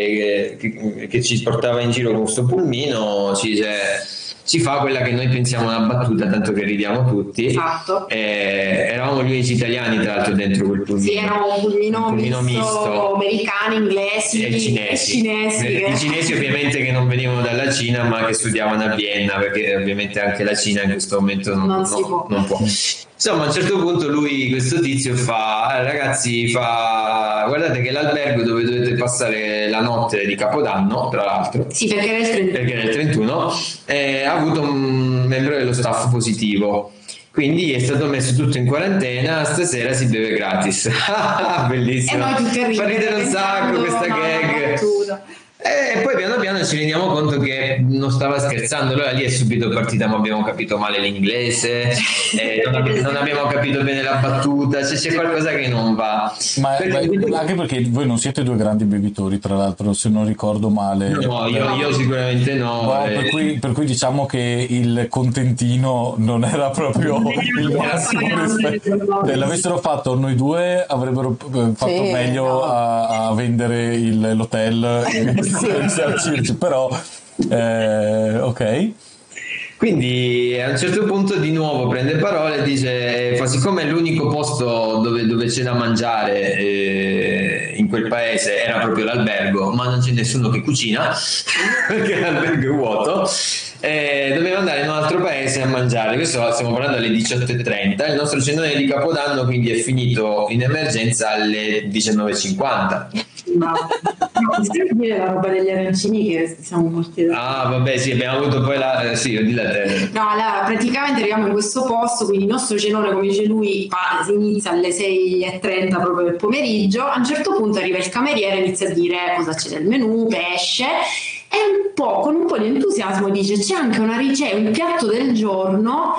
che ci portava in giro con questo pulmino ci fa quella che noi pensiamo una battuta, tanto che ridiamo tutti.
Esatto.
Eravamo gli unici italiani tra l'altro dentro quel pulmino.
Sì, era un pulmino misto, americani, inglesi e cinesi.
I cinesi ovviamente che non venivano dalla Cina ma che studiavano a Vienna, perché ovviamente anche la Cina in questo momento non può. Insomma, a un certo punto questo tizio ragazzi, guardate che l'albergo dove dovete passare la notte di Capodanno, tra l'altro,
sì, perché
era il 31, ha avuto un membro dello staff positivo. Quindi è stato messo tutto in quarantena, stasera si beve gratis. Bellissimo. Fa ridere un sacco questa gag. E poi piano piano ci rendiamo conto che non stava scherzando, allora lì è subito partita, ma abbiamo capito male l'inglese, non abbiamo capito bene la battuta, c'è qualcosa che non va.
Anche perché voi non siete 2 grandi bevitori, tra l'altro, se non ricordo male.
No, io sicuramente no.
Per cui diciamo che il contentino non era proprio il massimo rispetto. Se l'avessero fatto noi 2 avrebbero fatto meglio a vendere l'hotel però ok.
Quindi a un certo punto di nuovo prende parola e dice siccome l'unico posto dove c'è da mangiare in quel paese era proprio l'albergo, ma non c'è nessuno che cucina perché l'albergo è vuoto, doveva andare in un altro paese a mangiare. Questo stiamo parlando alle 18:30. Il nostro cenone di Capodanno quindi è finito in emergenza alle 19:50.
No, devo dire la roba degli arancini che siamo morti da...
vabbè, sì, abbiamo avuto poi
No, allora, praticamente arriviamo in questo posto, quindi il nostro cenone, come dice lui, si inizia alle 6:30 proprio del pomeriggio. A un certo punto arriva il cameriere e inizia a dire cosa c'è nel menù, pesce, e con un po' di entusiasmo dice c'è anche un piatto del giorno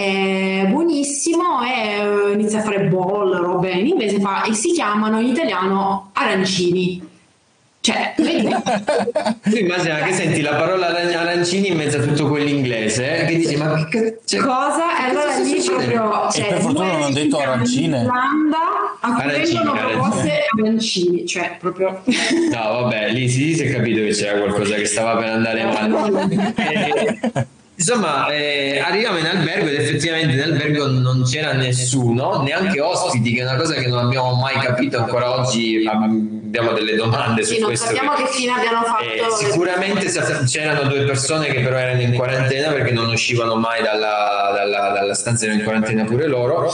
buonissimo, e inizia a fare bowl, robe in inglese, e si chiamano in italiano arancini. Cioè,
tu immagina che senti la parola arancini in mezzo a tutto quell'inglese che dici ma che
cosa? E allora lì proprio
per fortuna non hanno detto arancine.
A cui vengono proposte arancini, cioè proprio
no vabbè, lì si è capito che c'era qualcosa che stava per andare male. Insomma, arriviamo in albergo ed effettivamente in albergo non c'era nessuno, neanche ospiti, che è una cosa che non abbiamo mai capito ancora oggi. Abbiamo delle domande su questo.
Non sappiamo che fine abbiano fatto.
Sicuramente c'erano 2 persone che però erano in quarantena perché non uscivano mai dalla stanza, erano in quarantena pure loro.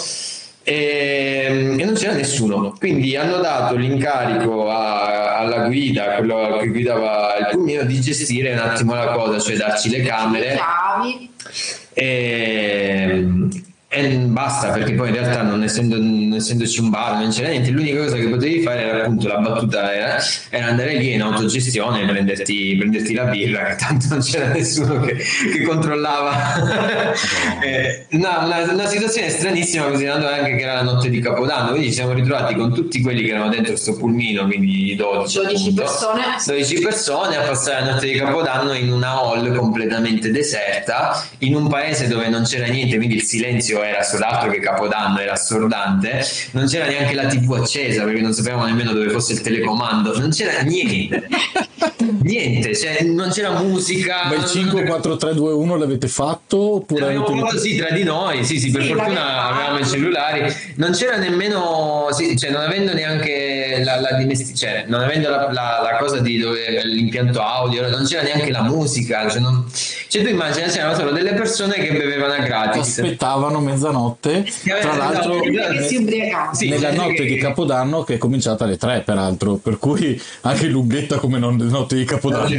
E non c'era nessuno, quindi hanno dato l'incarico alla guida, quello che guidava il pulmino, di gestire un attimo la cosa, cioè darci le camere e e basta, perché poi in realtà non essendoci un bar non c'era niente, l'unica cosa che potevi fare era appunto la battuta era andare lì in autogestione e prenderti la birra, che tanto non c'era nessuno che controllava. Una situazione stranissima, considerando anche che era la notte di Capodanno, quindi ci siamo ritrovati con tutti quelli che erano dentro sto pulmino, quindi 12 persone a passare la notte di Capodanno in una hall completamente deserta, in un paese dove non c'era niente, quindi il silenzio era altro che Capodanno, era assordante, non c'era neanche la TV accesa perché non sapevamo nemmeno dove fosse il telecomando, non c'era niente. Cioè, non c'era musica.
Ma il 5, 4, 3, 2, 1 l'avete fatto? Oppure
sì, tra di noi, sì, per fortuna avevamo i cellulari, non c'era nemmeno, cioè non avendo neanche non avendo la cosa di dove l'impianto audio, non c'era neanche la musica, cioè tu immagini, c'erano solo delle persone che bevevano a gratis,
aspettavano mezzanotte, tra l'altro nella notte di Capodanno, che è cominciata alle 3 peraltro, per cui anche lunghetta come notte di Capodanno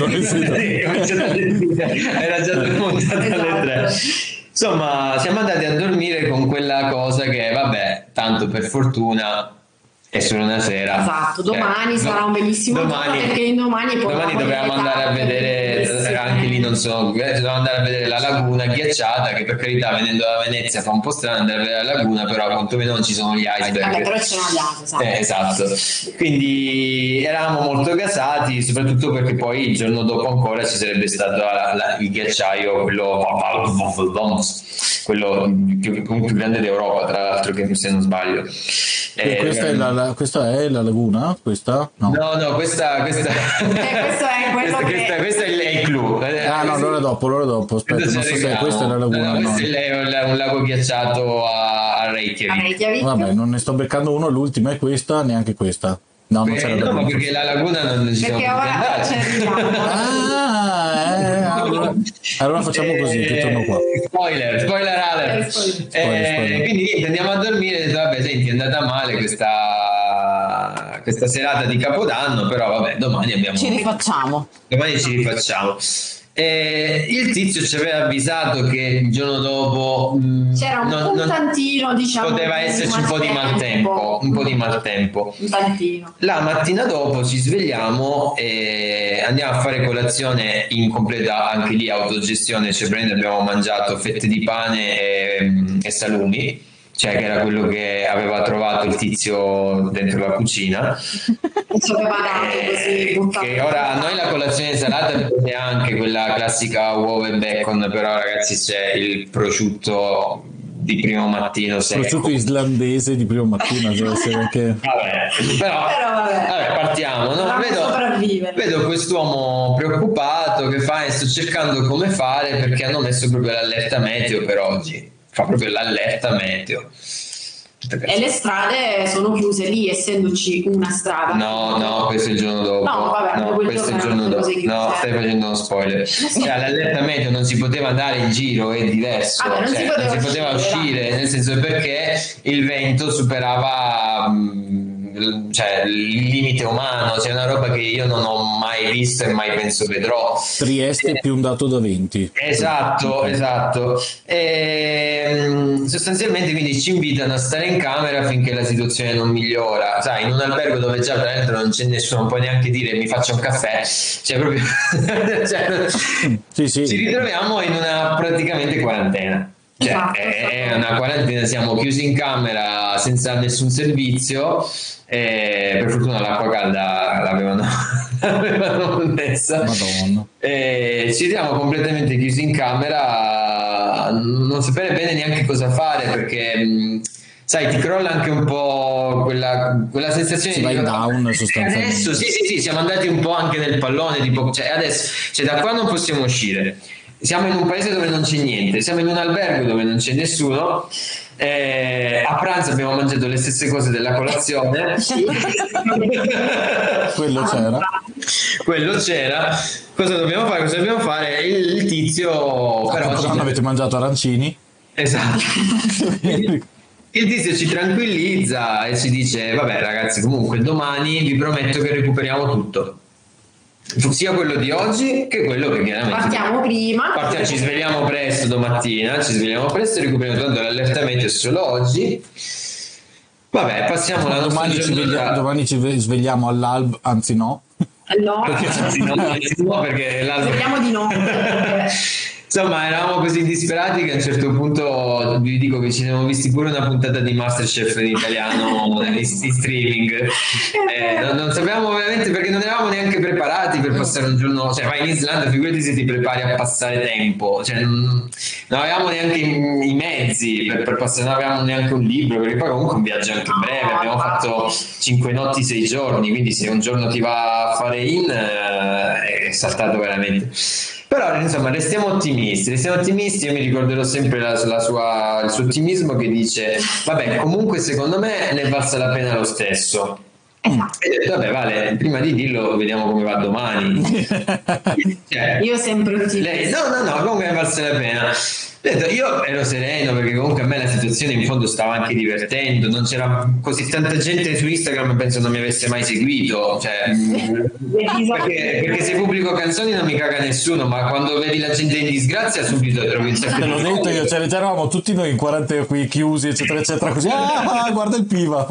era già montata alle 3. Insomma, siamo andati a dormire con quella cosa che vabbè, tanto per fortuna è solo una sera.
Esatto, domani sarà un bellissimo giorno, perché domani
dovevamo andare a vedere, anche lì dovevamo andare a vedere la laguna ghiacciata, che per carità venendo da Venezia fa un po' strano andare a vedere la laguna, però quantomeno non ci sono gli iceberg.
Però ci sono gli iceberg.
Esatto. Quindi eravamo molto gasati, soprattutto perché poi il giorno dopo ancora ci sarebbe stato il ghiacciaio, quello più grande d'Europa, tra l'altro, che se non sbaglio.
Questa è la laguna? Questa? No,
questa
questo è quello
questo è il clou.
No, l'ora dopo. Aspetta, non so se questa è la laguna.
Questo è un lago ghiacciato a Reykjavik.
Vabbè, non ne sto beccando uno, l'ultima è questa, neanche questa. No, non c'era
ma perché la laguna non ci siamo
allora facciamo così, che torno qua.
Spoiler alert. Quindi niente, andiamo a dormire e detto, vabbè, senti, è andata male questa serata di Capodanno, però vabbè, domani
ci rifacciamo.
Il tizio ci aveva avvisato che il giorno dopo
c'era un tantino, diciamo,
poteva esserci un po' di maltempo.
Un tantino.
La mattina dopo ci svegliamo e andiamo a fare colazione in completa, anche lì, autogestione, cioè abbiamo mangiato fette di pane e salumi, cioè che era quello che aveva trovato il tizio dentro la cucina. Che ora noi la colazione salata è anche quella classica uova e bacon, però ragazzi c'è il prosciutto di primo mattino secco.
Prosciutto islandese di primo mattino deve essere anche...
Vabbè, partiamo, no? Vedo quest'uomo preoccupato che fa, e sto cercando come fare, perché hanno messo proprio l'allerta meteo per oggi. Fa proprio l'allerta meteo.
E le strade sono chiuse lì, essendoci una strada.
No, questo è il giorno dopo. Questo è il giorno dopo. No, stai facendo uno spoiler. L'allerta meteo non si poteva andare in giro, è diverso. Non si poteva uscire, nel senso, perché il vento superava il limite umano, c'è una roba che io non ho mai visto e mai penso vedrò.
Trieste più un dato da 20.
Esatto. E sostanzialmente quindi ci invitano a stare in camera finché la situazione non migliora. Sai, in un albergo dove già tra l'altro non c'è nessuno, non puoi neanche dire mi faccio un caffè, cioè proprio
sì.
Ci ritroviamo in una praticamente quarantena. È una quarantena, siamo chiusi in camera senza nessun servizio, per fortuna l'acqua calda l'avevano messa.
Madonna.
Ci siamo completamente chiusi in camera, non sapere bene neanche cosa fare, perché sai, ti crolla anche un po' quella sensazione
di vai down sostanzialmente.
Adesso sì, siamo andati un po' anche nel pallone, tipo, adesso da qua non possiamo uscire. Siamo in un paese dove non c'è niente, siamo in un albergo dove non c'è nessuno, a pranzo abbiamo mangiato le stesse cose della colazione. Quello c'era. Cosa dobbiamo fare? Il tizio
però non avete mangiato arancini?
Esatto. Il tizio ci tranquillizza e ci dice vabbè ragazzi, comunque domani vi prometto che recuperiamo tutto. sia quello di oggi che quello che chiaramente
partiamo prima,
ci svegliamo presto domattina, recuperiamo tanto l'allertamento è solo oggi. Vabbè, passiamo alla nostra giornata.
Domani ci svegliamo all'alba, anzi no,
perché l'alba
svegliamo di no.
Insomma, eravamo così disperati che a un certo punto vi dico che ci siamo visti pure una puntata di Masterchef in italiano in streaming. Non sapevamo veramente, perché non eravamo neanche preparati per passare un giorno, cioè vai in Islanda, figurati se ti prepari a passare tempo, cioè non avevamo neanche i mezzi per passare, non avevamo neanche un libro, perché poi comunque un viaggio anche breve, abbiamo fatto 5 notti 6 giorni, quindi se un giorno ti va a fare è saltato veramente. Però insomma restiamo ottimisti, io mi ricorderò sempre il suo ottimismo, che dice vabbè, comunque secondo me ne è valsa la pena lo stesso. E vabbè, Vale, prima di dirlo vediamo come va domani. Cioè,
io sempre ottimista.
No, comunque ne è valsa la pena. Io ero sereno, perché comunque a me la situazione in fondo stava anche divertendo, non c'era così tanta gente su Instagram, penso non mi avesse mai seguito, cioè, perché se pubblico canzoni non mi caga nessuno, ma quando vedi la gente in disgrazia subito trovi un sacco
te l'ho detto io, cioè c'eravamo tutti noi in quarantena qui chiusi eccetera eccetera, così guarda il Piva.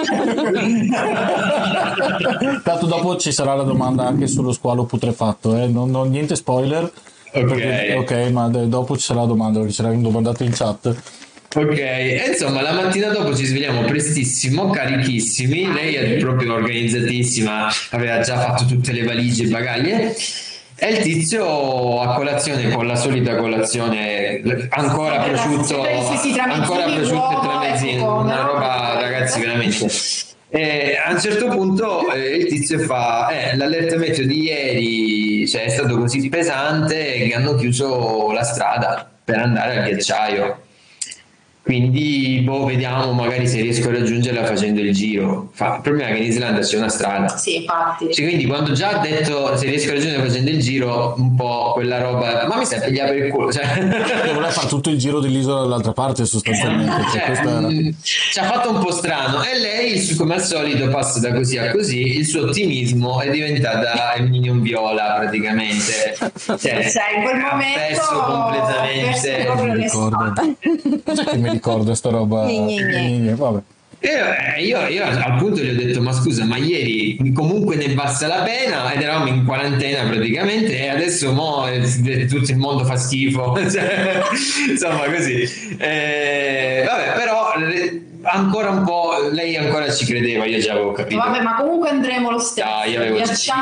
Tanto dopo ci sarà la domanda anche sullo squalo putrefatto, non niente spoiler. Ok, ma dopo ci sarà la domanda, perché ce l'hanno domandato in chat.
Ok, e insomma la mattina dopo ci svegliamo prestissimo, carichissimi, lei è proprio organizzatissima, aveva già fatto tutte le valigie e bagaglie, e il tizio a colazione con la solita colazione, ancora prosciutto e tramezzini, una roba, ragazzi, veramente. E a un certo punto il tizio fa l'allertamento di ieri, cioè, è stato così pesante che hanno chiuso la strada per andare al ghiacciaio, quindi vediamo magari se riesco a raggiungerla facendo il giro. Il problema è che in Islanda c'è una strada,
sì, infatti,
cioè, quindi quando già ha detto se riesco a raggiungerla facendo il giro, un po' quella roba, ma mi sa pigliare per il culo, cioè
voleva fare tutto il giro dell'isola dall'altra parte sostanzialmente,
ci ha fatto un po' strano, e lei come al solito passa da così a così, il suo ottimismo è diventata il Minion Viola praticamente, cioè in
quel momento
perso completamente.
Cosa che mi ricordo sta roba? Vabbè.
Io al punto gli ho detto ma scusa, ma ieri comunque ne valsa la pena, ed eravamo in quarantena praticamente, e adesso tutto il mondo fa schifo. Cioè, insomma così, vabbè, però ancora un po' lei ancora ci credeva, io già avevo capito.
Vabbè, ma comunque andremo lo stesso.
Io avevo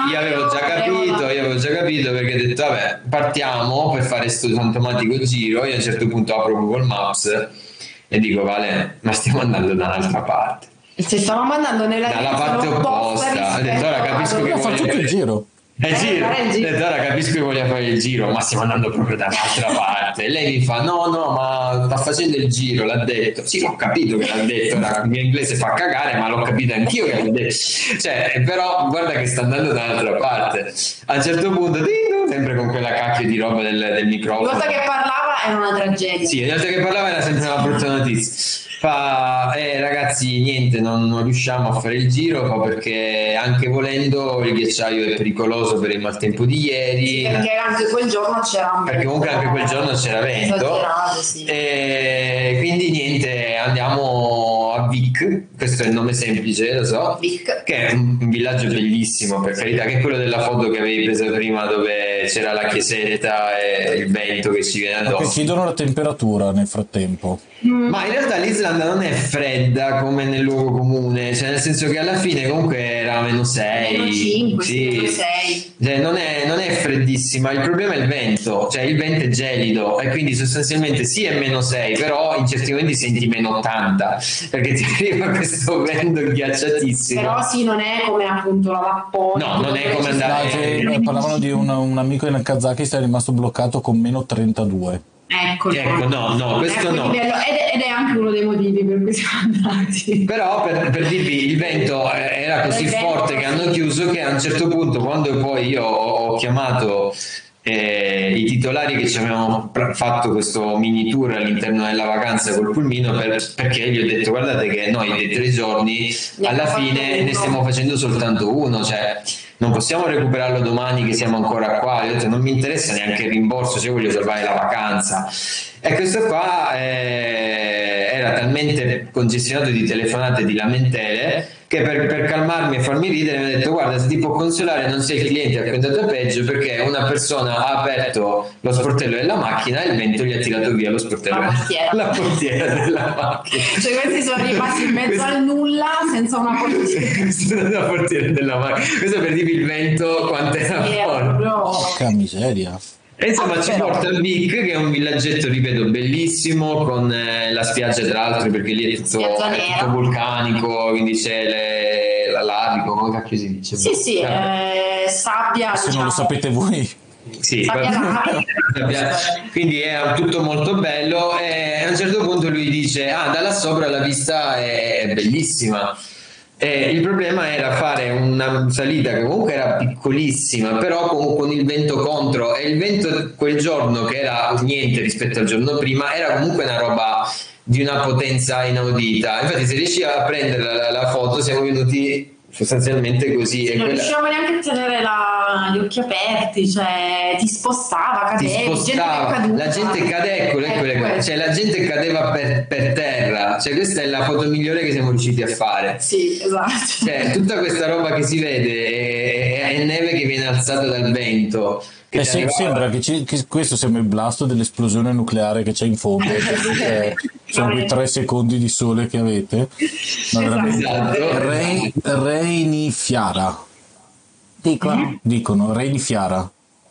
già capito, perché ho detto vabbè, partiamo per fare sto fantomatico giro. Io a un certo punto apro Google Maps e dico Vale, ma stiamo andando da un'altra parte.
Se stavamo andando dalla
parte opposta. Ho detto ora capisco che
faccio tutto il giro.
Ora capisco che voglia fare il giro, ma stiamo andando proprio da un'altra parte. E lei mi fa no, ma sta facendo il giro, l'ha detto. Sì, ho capito che l'ha detto, il mio inglese fa cagare, ma l'ho capito anch'io che l'ha detto. Cioè, però guarda che sta andando da un'altra parte. A un certo punto sempre con quella cacchio di roba del microfono.
La volta che parlava era una tragedia.
Sì, la volta che parlava era sempre una brutta notizia. Ragazzi, niente, non riusciamo a fare il giro, perché anche volendo il ghiacciaio è pericoloso per il maltempo di ieri.
Sì, perché anche quel giorno
c'era vento.
Sì.
E quindi niente, andiamo a Vic, questo è il nome semplice, lo so,
Vic,
che è un villaggio bellissimo, per carità, che è quello della foto che avevi preso prima, dove c'era la chiesetta e il vento che ci viene addosso.
Chiedono la temperatura nel frattempo.
Ma in realtà l'Islanda non è fredda come nel luogo comune, cioè nel senso che alla fine comunque era -6,
-5,
sì.
-6.
Cioè non è freddissima, il problema è il vento, cioè il vento è gelido, e quindi sostanzialmente sì è -6, però in certi momenti senti -80, perché ti arriva questo vento ghiacciatissimo.
Però sì, non è come appunto la vapore.
No, non è come andare.
Parlavano di un amico in Kazakistan è rimasto bloccato con -32.
Ecco, no, questo no.
Ed è anche uno dei motivi per cui siamo andati.
Però per dirvi, il vento era così forte che hanno chiuso, che a un certo punto, quando poi io ho chiamato i titolari che ci avevano fatto questo mini tour all'interno della vacanza col pulmino, perché gli ho detto guardate che noi dei 3 giorni alla fine ne stiamo facendo soltanto uno, cioè non possiamo recuperarlo domani che siamo ancora qua. Io ho detto, non mi interessa neanche il rimborso, se io voglio salvare la vacanza. E questo qua era talmente congestionato di telefonate e di lamentele che per calmarmi e farmi ridere mi ha detto: guarda, se ti può consolare, non sei il cliente a cui è andato peggio, perché una persona ha aperto lo sportello della macchina e il vento gli ha tirato via lo sportello, la portiera della macchina.
Cioè questi sono rimasti in mezzo al nulla senza una portiera.
La portiera della macchina. Questo per dirvi il vento quanto era forte.
Porca miseria.
E insomma ci porta al Vic, che è un villaggetto, ripeto, bellissimo, con la spiaggia tra l'altro, perché lì è tutto vulcanico, quindi c'è l'abico, come cacchio si dice?
Sì, sabbia.
Se non lo sapete voi.
Sì, quindi è tutto molto bello, e a un certo punto lui dice: da là sopra la vista è bellissima. Il problema era fare una salita che comunque era piccolissima, però con il vento contro, e il vento quel giorno, che era niente rispetto al giorno prima, era comunque una roba di una potenza inaudita. Infatti se riesci a prendere la foto siamo venuti sostanzialmente così,
non riuscivamo neanche a tenere gli occhi aperti, cioè ti spostava,
la gente cadeva, cioè la gente cadeva per terra, cioè questa è la foto migliore che siamo riusciti a fare.
Sì, esatto.
Cioè tutta questa roba che si vede è neve che viene alzata dal vento.
Sembra che questo sembra il blasto dell'esplosione nucleare che c'è in fondo, sono quei 3 secondi di sole che avete.
Esatto.
Reinifiara dicono Reinifiara.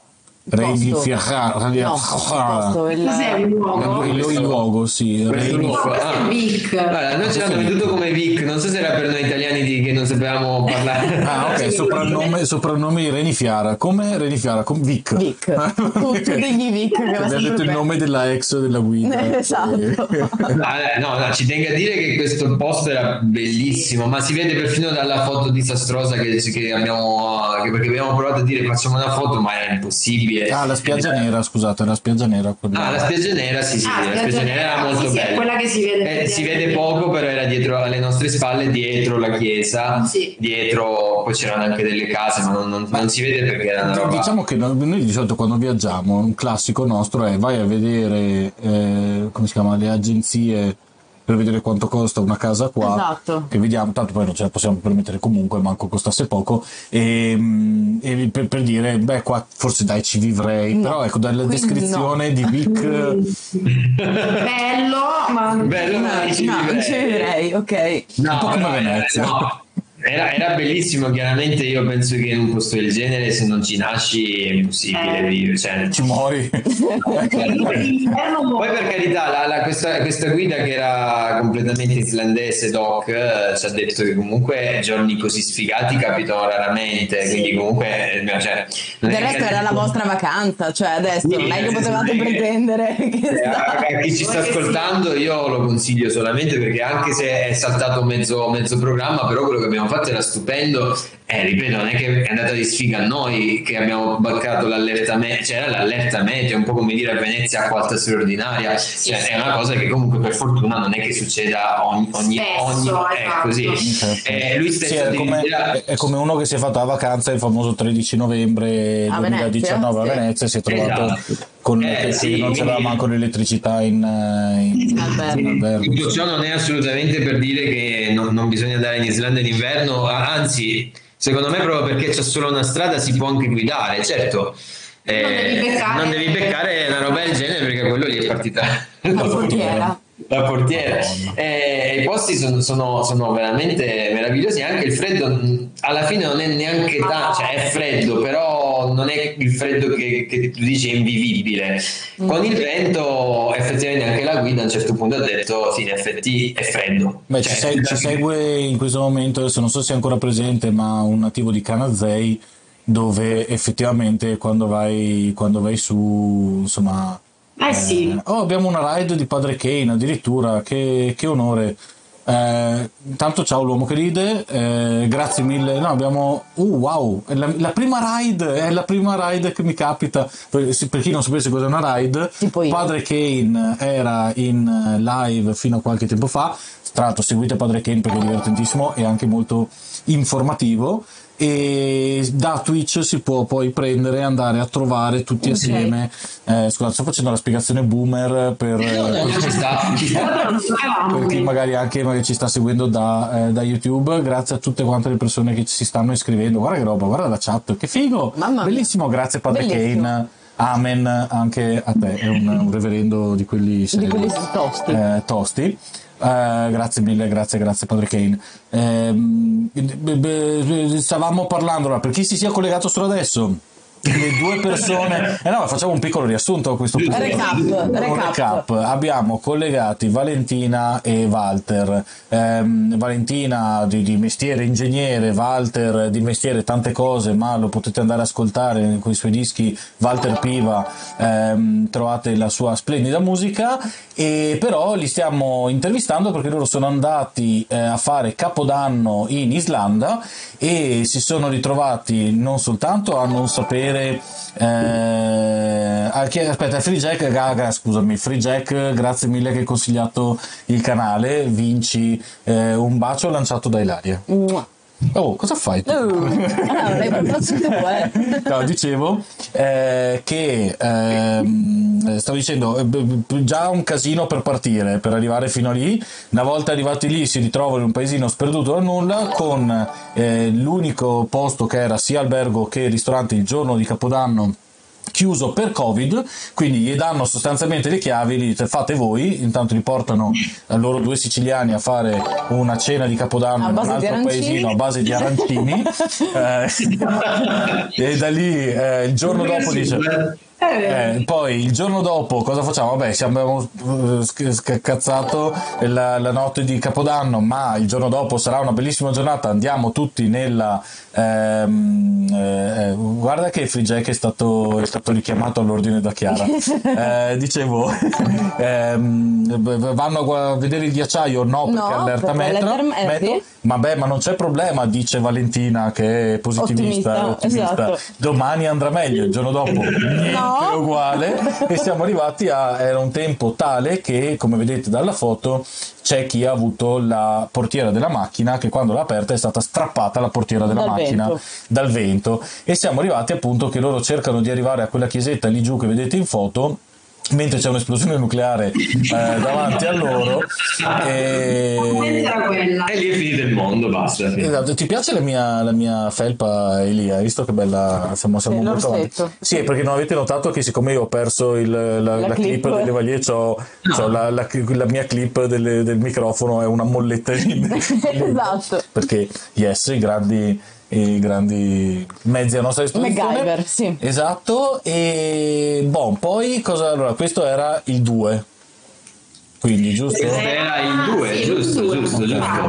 Cos'è
il luogo, sì.
Vic.
Allora, noi ce l'abbiamo veduto come Vic, non so se era per noi italiani che non sapevamo parlare.
Ok, soprannome di Reinifiara. Come Reinifiara? Come Vic.
Tutti degli Vic che
abbiamo detto il nome della ex della guida.
Esatto.
No, ci tengo a dire che questo posto era bellissimo, ma si vede perfino dalla foto disastrosa che abbiamo, perché abbiamo provato a dire facciamo una foto, ma era impossibile.
La spiaggia nera, scusate, la spiaggia nera.
La spiaggia nera, sì, la spiaggia nera era molto bella.
Quella che si vede.
Si vede poco, però era dietro alle nostre spalle, dietro la chiesa, dietro poi c'erano anche delle case, ma non si vede perché era una roba.
Diciamo che noi di solito quando viaggiamo, un classico nostro è vai a vedere come si chiama, le agenzie per vedere quanto costa una casa qua,
esatto,
che vediamo, tanto poi non ce la possiamo permettere comunque, manco costasse poco, e per dire qua forse dai ci vivrei, però ecco dalla descrizione di Vic
bello ma
non ci
vivrei, ok,
un po' come Venezia.
Era bellissimo, chiaramente io penso che in un posto del genere se non ci nasci è impossibile vivere, cioè
ci muori.
Poi per carità questa guida che era completamente islandese, Doc, ci ha detto che comunque giorni così sfigati capitano raramente, quindi comunque
del resto era la vostra vacanza, cioè adesso non è che potevate pretendere
a chi ci sta ascoltando io lo consiglio solamente perché anche se è saltato mezzo programma, però quello che abbiamo fatto era stupendo, ripeto, non è che è andata di sfiga a noi che abbiamo baccato l'allerta meteo, c'era l'allerta meteo, un po' come dire a Venezia acqua alta straordinaria, è una cosa che comunque per fortuna non è che succeda ogni è così. Lui stesso
è come uno che si è fatto la vacanza il famoso 13 novembre 2019 a Venezia e si è trovato con non c'era manco l'elettricità in albergo.
Tutto ciò non è assolutamente per dire che non bisogna andare in Islanda in inverno, anzi secondo me proprio perché c'è solo una strada si può anche guidare, certo. Non devi beccare una roba del genere perché quello lì è partita la portiera. I posti sono veramente meravigliosi, anche il freddo alla fine non è neanche tanto, cioè è freddo, però non è il freddo che tu dici è invivibile. Con il vento effettivamente anche la guida a un certo punto ha detto sì, in effetti è freddo.
Ci segue in questo momento, adesso non so se è ancora presente, ma un nativo di Canazei, dove effettivamente quando vai su, insomma abbiamo una ride di Padre Kane addirittura, che onore. Tanto ciao l'uomo che ride, grazie mille. No, abbiamo wow, è la prima ride che mi capita. Per chi non sapesse cosa è una ride, Padre Kane era in live fino a qualche tempo fa, Tra l'altro seguite Padre Kane perché è divertentissimo e anche molto informativo, e da Twitch si può poi prendere e andare a trovare tutti assieme. Scusate, sto facendo la spiegazione boomer per chi magari ci sta seguendo da YouTube. Grazie a tutte quante le persone che si stanno iscrivendo. Guarda che roba, guarda la chat, che figo, bellissimo. Grazie Padre Kane, amen anche a te, è un reverendo di quelli tosti. Grazie mille, grazie Padre Kane. Stavamo parlando, per chi si sia collegato solo adesso, le due persone, facciamo un piccolo riassunto a questo punto. Recap. Abbiamo collegati Valentina e Walter. Valentina di mestiere ingegnere, Walter di mestiere tante cose, ma lo potete andare ad ascoltare con i suoi dischi. Walter Piva, trovate la sua splendida musica, e però li stiamo intervistando perché loro sono andati a fare Capodanno in Islanda e si sono ritrovati non soltanto a non sapere Free Jack, grazie mille che hai consigliato il canale, vinci un bacio lanciato da Ilaria. Oh, cosa fai tu? No, dicevo che stavo dicendo già un casino per partire, per arrivare fino a lì. Una volta arrivati lì si ritrovano in un paesino sperduto dal nulla, con l'unico posto che era sia albergo che ristorante il giorno di Capodanno chiuso per Covid, quindi gli danno sostanzialmente le chiavi, gli dite fate voi, intanto li portano loro due siciliani a fare una cena di Capodanno in un altro paesino a base di arancini e da lì il giorno dopo dice poi il giorno dopo cosa facciamo? Vabbè, abbiamo scazzato la notte di Capodanno, ma il giorno dopo sarà una bellissima giornata, andiamo tutti nella guarda che Free Jack è stato richiamato all'ordine da Chiara. Dicevo vanno a vedere il ghiacciaio? No, perché allerta meteo. Vabbè, ma non c'è problema, dice Valentina che è ottimista. Esatto. Domani andrà meglio, il giorno dopo niente, è uguale, e siamo arrivati era un tempo tale che, come vedete dalla foto, c'è chi ha avuto la portiera della macchina che quando l'ha aperta è stata strappata la portiera della macchina dal vento, e siamo arrivati appunto che loro cercano di arrivare a quella chiesetta lì giù che vedete in foto, mentre c'è un'esplosione nucleare davanti a loro, e
lì è finito il mondo, basta.
Esatto. Ti piace la mia felpa, Elia? Hai visto che bella, siamo molto avanti. Sì, perché non avete notato che siccome io ho perso la clip delle Valier, c'ho la mia clip del microfono è una molletta esatto, perché i grandi mezzi a nostra disposizione.
MacGyver, sì.
Esatto. E poi cosa? Allora, questo era il 2. Quindi, giusto?
Era il 2, giusto.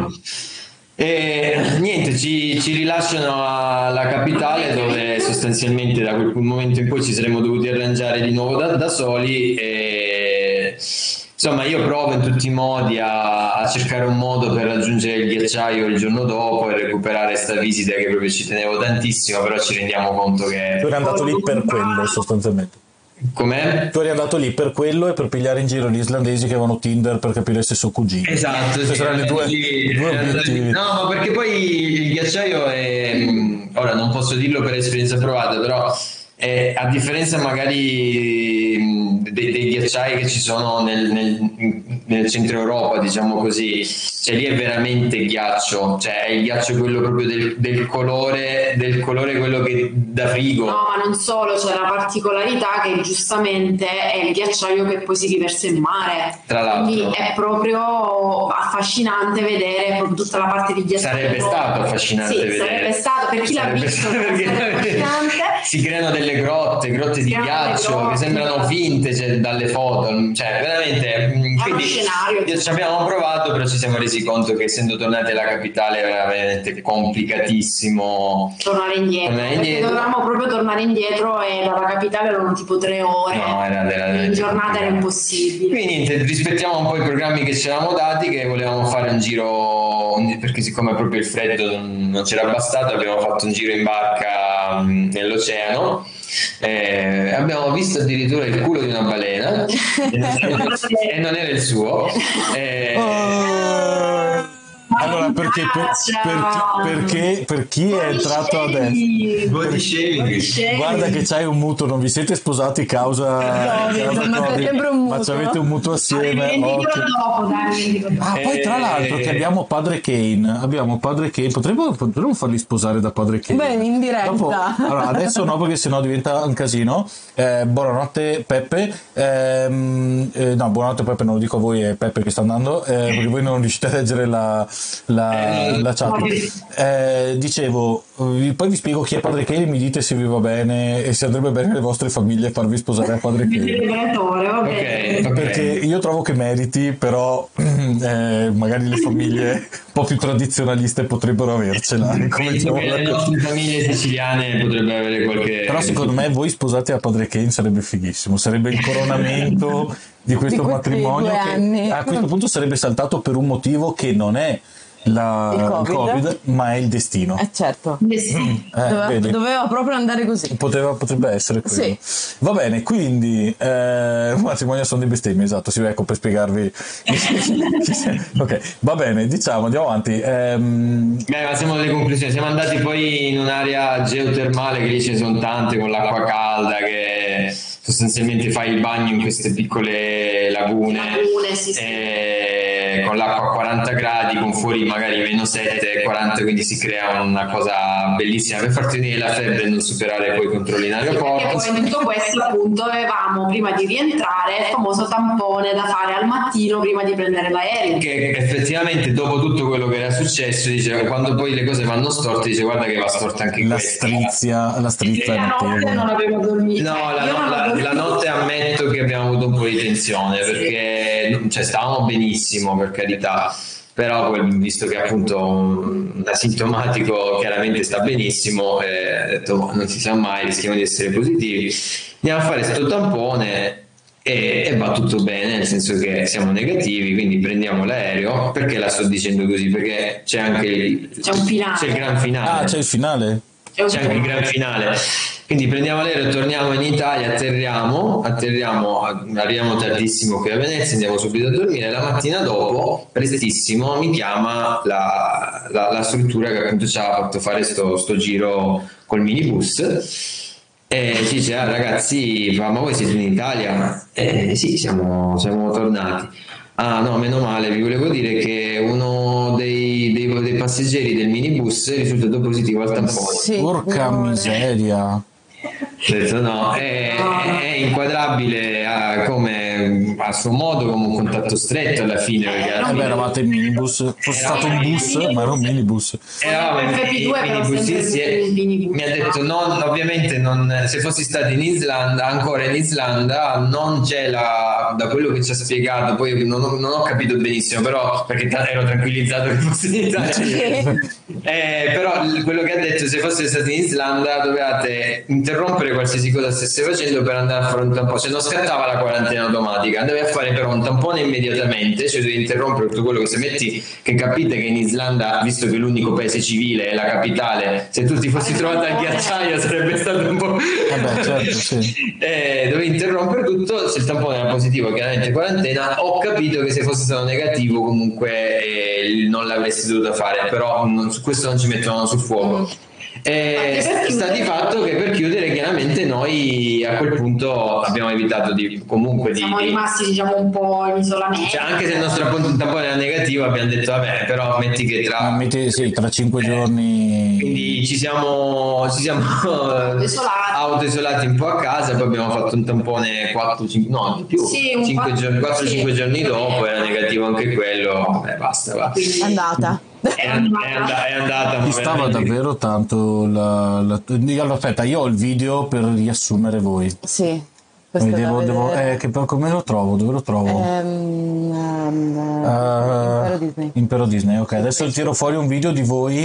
E niente, ci rilasciano alla capitale, dove sostanzialmente da quel momento in poi ci saremmo dovuti arrangiare di nuovo da soli, e insomma io provo in tutti i modi a cercare un modo per raggiungere il ghiacciaio il giorno dopo e recuperare sta visita che proprio ci tenevo tantissimo, però ci rendiamo conto che
tu eri andato lì per quello sostanzialmente.
Com'è?
Tu eri andato lì per quello e per pigliare in giro gli islandesi che avevano Tinder per capire se sono cugini.
Esatto,
questi erano i due obiettivi.
No, ma perché poi il ghiacciaio è, ora non posso dirlo per esperienza provata, però a differenza magari dei ghiacciai che ci sono nel centro Europa, diciamo così, cioè lì è veramente ghiaccio, cioè è il ghiaccio quello proprio del colore quello che da frigo.
No, ma non solo, c'è la particolarità che giustamente è il ghiacciaio che poi si riversa in mare,
tra l'altro.
Quindi è proprio affascinante vedere proprio tutta la parte di ghiacciaio.
Sarebbe stato affascinante vedere.
Sarebbe stato, per chi l'ha visto, affascinante.
Si creano delle grotte di ghiaccio che sembrano finte, cioè, dalle foto, cioè veramente quindi ci abbiamo provato, però ci siamo resi conto che essendo tornati alla capitale era veramente complicatissimo
tornare indietro. Perché dovevamo proprio tornare indietro e dalla capitale erano tipo 3 ore, in giornata era impossibile.
Quindi niente, rispettiamo un po' i programmi che ci eravamo dati, che volevamo fare un giro, perché siccome proprio il freddo non c'era bastato, abbiamo fatto un giro in barca nell'oceano. Abbiamo visto addirittura il culo di una balena e non era il suo.
Allora, perché per chi è entrato adesso, guarda che c'hai un mutuo, non vi siete sposati causa Covid, ma c'avete un mutuo assieme. Poi tra l'altro che abbiamo padre Kane, potremmo farli sposare da padre Kane.
Beh, in diretta.
Allora, adesso no, perché sennò diventa un casino. Buonanotte Peppe. No, buonanotte Peppe, non lo dico a voi, è Peppe che sta andando, perché voi non riuscite a leggere la chat. Dicevo, poi vi spiego chi è padre Kane, mi dite se vi va bene e se andrebbe bene alle vostre famiglie farvi sposare a padre Kane.
Okay.
Perché io trovo che meriti, però magari le famiglie un po' più tradizionaliste potrebbero avercela.
Le nostre famiglie siciliane potrebbero avere qualche...
Però secondo me voi sposati a padre Kane sarebbe fighissimo, sarebbe il coronamento di questo matrimonio che a questo punto sarebbe saltato per un motivo che non è il COVID, ma è il destino.
Certo. Doveva proprio andare così.
Potrebbe essere quello. Sì. Va bene, quindi un matrimonio sono di bestemmie, esatto, sì, ecco, per spiegarvi. Ok, va bene, diciamo, andiamo avanti.
Ma siamo alle conclusioni, siamo andati poi in un'area geotermale che lì ce ne sono tante, con l'acqua calda, che sostanzialmente fai il bagno in queste piccole lagune sì. Con l'acqua a 40 gradi, con fuori magari meno 7, 40, quindi si crea una cosa bellissima per farti venire la febbre e non superare poi i controlli in aeroporto.
E poi in tutto questo appunto avevamo, prima di rientrare, il famoso tampone da fare al mattino prima di prendere l'aereo.
Che effettivamente dopo tutto quello che era successo, dice, quando poi le cose vanno storte, dice guarda che va storta anche questa.
La strizza
la notte non avevo dormito.
No, la notte ammetto che abbiamo avuto un po' di tensione, perché stavamo benissimo, per carità, però visto che appunto un asintomatico chiaramente sta benissimo, ho detto non si sa mai, rischiamo di essere positivi, andiamo a fare sto tampone e va tutto bene, nel senso che siamo negativi, quindi prendiamo l'aereo. Perché la sto dicendo così? Perché c'è anche c'è il gran finale.
C'è il finale?
C'è anche il gran finale. Quindi prendiamo l'aereo, torniamo in Italia, atterriamo, arriviamo tardissimo qui a Venezia, andiamo subito a dormire. La mattina dopo, prestissimo, mi chiama la struttura che appunto ci ha fatto fare sto giro col minibus e ci dice: ragazzi, ma voi siete in Italia? Sì, siamo tornati. Ah no, meno male, vi volevo dire che uno dei passeggeri del minibus è risultato positivo al tampone.
Sì. Porca miseria.
Ho detto no, è inquadrabile come a suo modo, come un contatto stretto alla fine, perché
eravate in minibus, fosse stato un bus, ma era un minibus.
Mi ha detto ovviamente se fossi stato in Islanda, ancora in Islanda, non c'è da quello che ci ha spiegato, poi non ho capito benissimo, però perché ero tranquillizzato che fosse in Italia. Però quello che ha detto, se fosse stato in Islanda dovevate interrompere qualsiasi cosa stesse facendo per andare a fare un tampone, se non scattava la quarantena automatica, andavi a fare però un tampone immediatamente, cioè devi interrompere tutto quello che metti, che capite che in Islanda, visto che l'unico paese civile è la capitale, se tu ti fossi trovato al ghiacciaio sarebbe stato un po'...
certo, sì.
Dovevi interrompere tutto, se il tampone era positivo chiaramente quarantena. Ho capito che se fosse stato negativo comunque non l'avresti dovuto fare, però su questo non ci mettono sul fuoco. Sta di fatto che per chiudere chiaramente noi a quel punto abbiamo evitato siamo
rimasti diciamo un po' in isolamento,
cioè, anche se il nostro tampone era negativo abbiamo detto vabbè, però metti che
tra 5 giorni
quindi ci siamo autoisolati un po' a casa, poi abbiamo fatto un tampone 4-5 giorni dopo, era negativo anche quello, basta, va.
È andata.
È andata.
Mi stava davvero tanto allora, aspetta, io ho il video per riassumere voi.
Sì.
Come lo trovo? Dove lo trovo?
Impero Disney.
Impero Disney, ok. Adesso tiro fuori un video di voi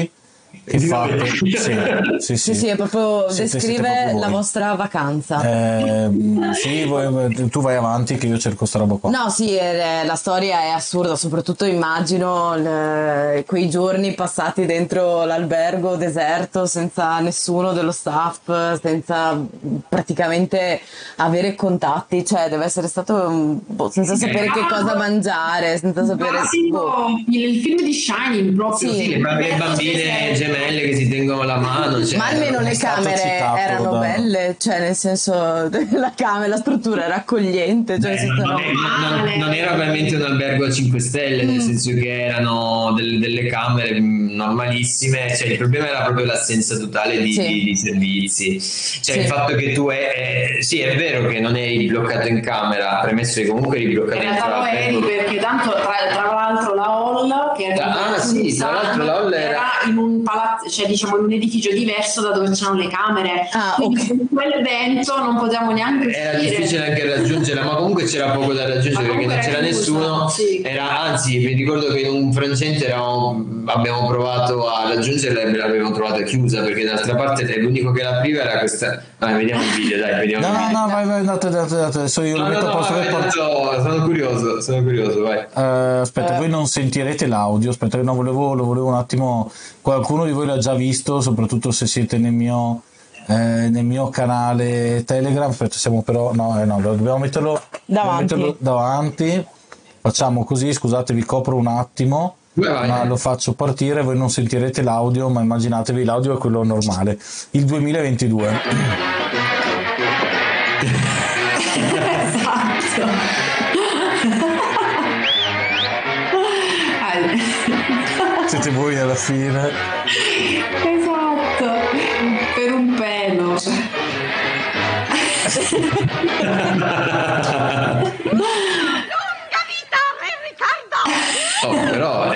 Sì, è proprio descrive la vostra vacanza.
Sì, tu vai avanti che io cerco sta roba qua.
No, sì, la storia è assurda, soprattutto immagino quei giorni passati dentro l'albergo deserto senza nessuno dello staff, senza praticamente avere contatti, cioè deve essere stato senza sapere che cosa mangiare, senza sapere
il film di Shining proprio.
Sì, le bambine gemelle che si tengono la mano,
ma almeno le camere erano belle, cioè nel senso la struttura era accogliente, cioè
non era ovviamente un albergo a 5 stelle, nel senso che erano delle camere normalissime, cioè il problema era proprio l'assenza totale di servizi, cioè il fatto che tu sì, è vero che non eri bloccato in camera, premesso che comunque eri bloccato in
realtà lo eri, perché tanto tra l'altro la hall che era era in un palazzo, cioè diciamo in un edificio diverso da dove c'erano le camere, quindi con quel vento non potevamo neanche
era difficile anche raggiungerla, ma comunque c'era poco da raggiungere perché non c'era nessuno, anzi mi ricordo che in un frangente abbiamo provato a raggiungerla e l'abbiamo trovata chiusa perché d'altra parte l'unico che l'apriva era questa. Vediamo il video, dai,
no, vai, andate, adesso io lo metto a posto.
Sono curioso, vai.
Aspetta, voi non sentirete l'audio, aspetta, no, volevo un attimo, qualcuno di voi l'ha già visto, soprattutto se siete nel mio canale Telegram. Aspetta, siamo però dobbiamo metterlo davanti. Facciamo così, scusate, vi copro un attimo. Ma lo faccio partire, voi non sentirete l'audio, ma immaginatevi l'audio è quello normale. Il 2022. Siete voi alla fine.
Esatto, per un pelo.
Però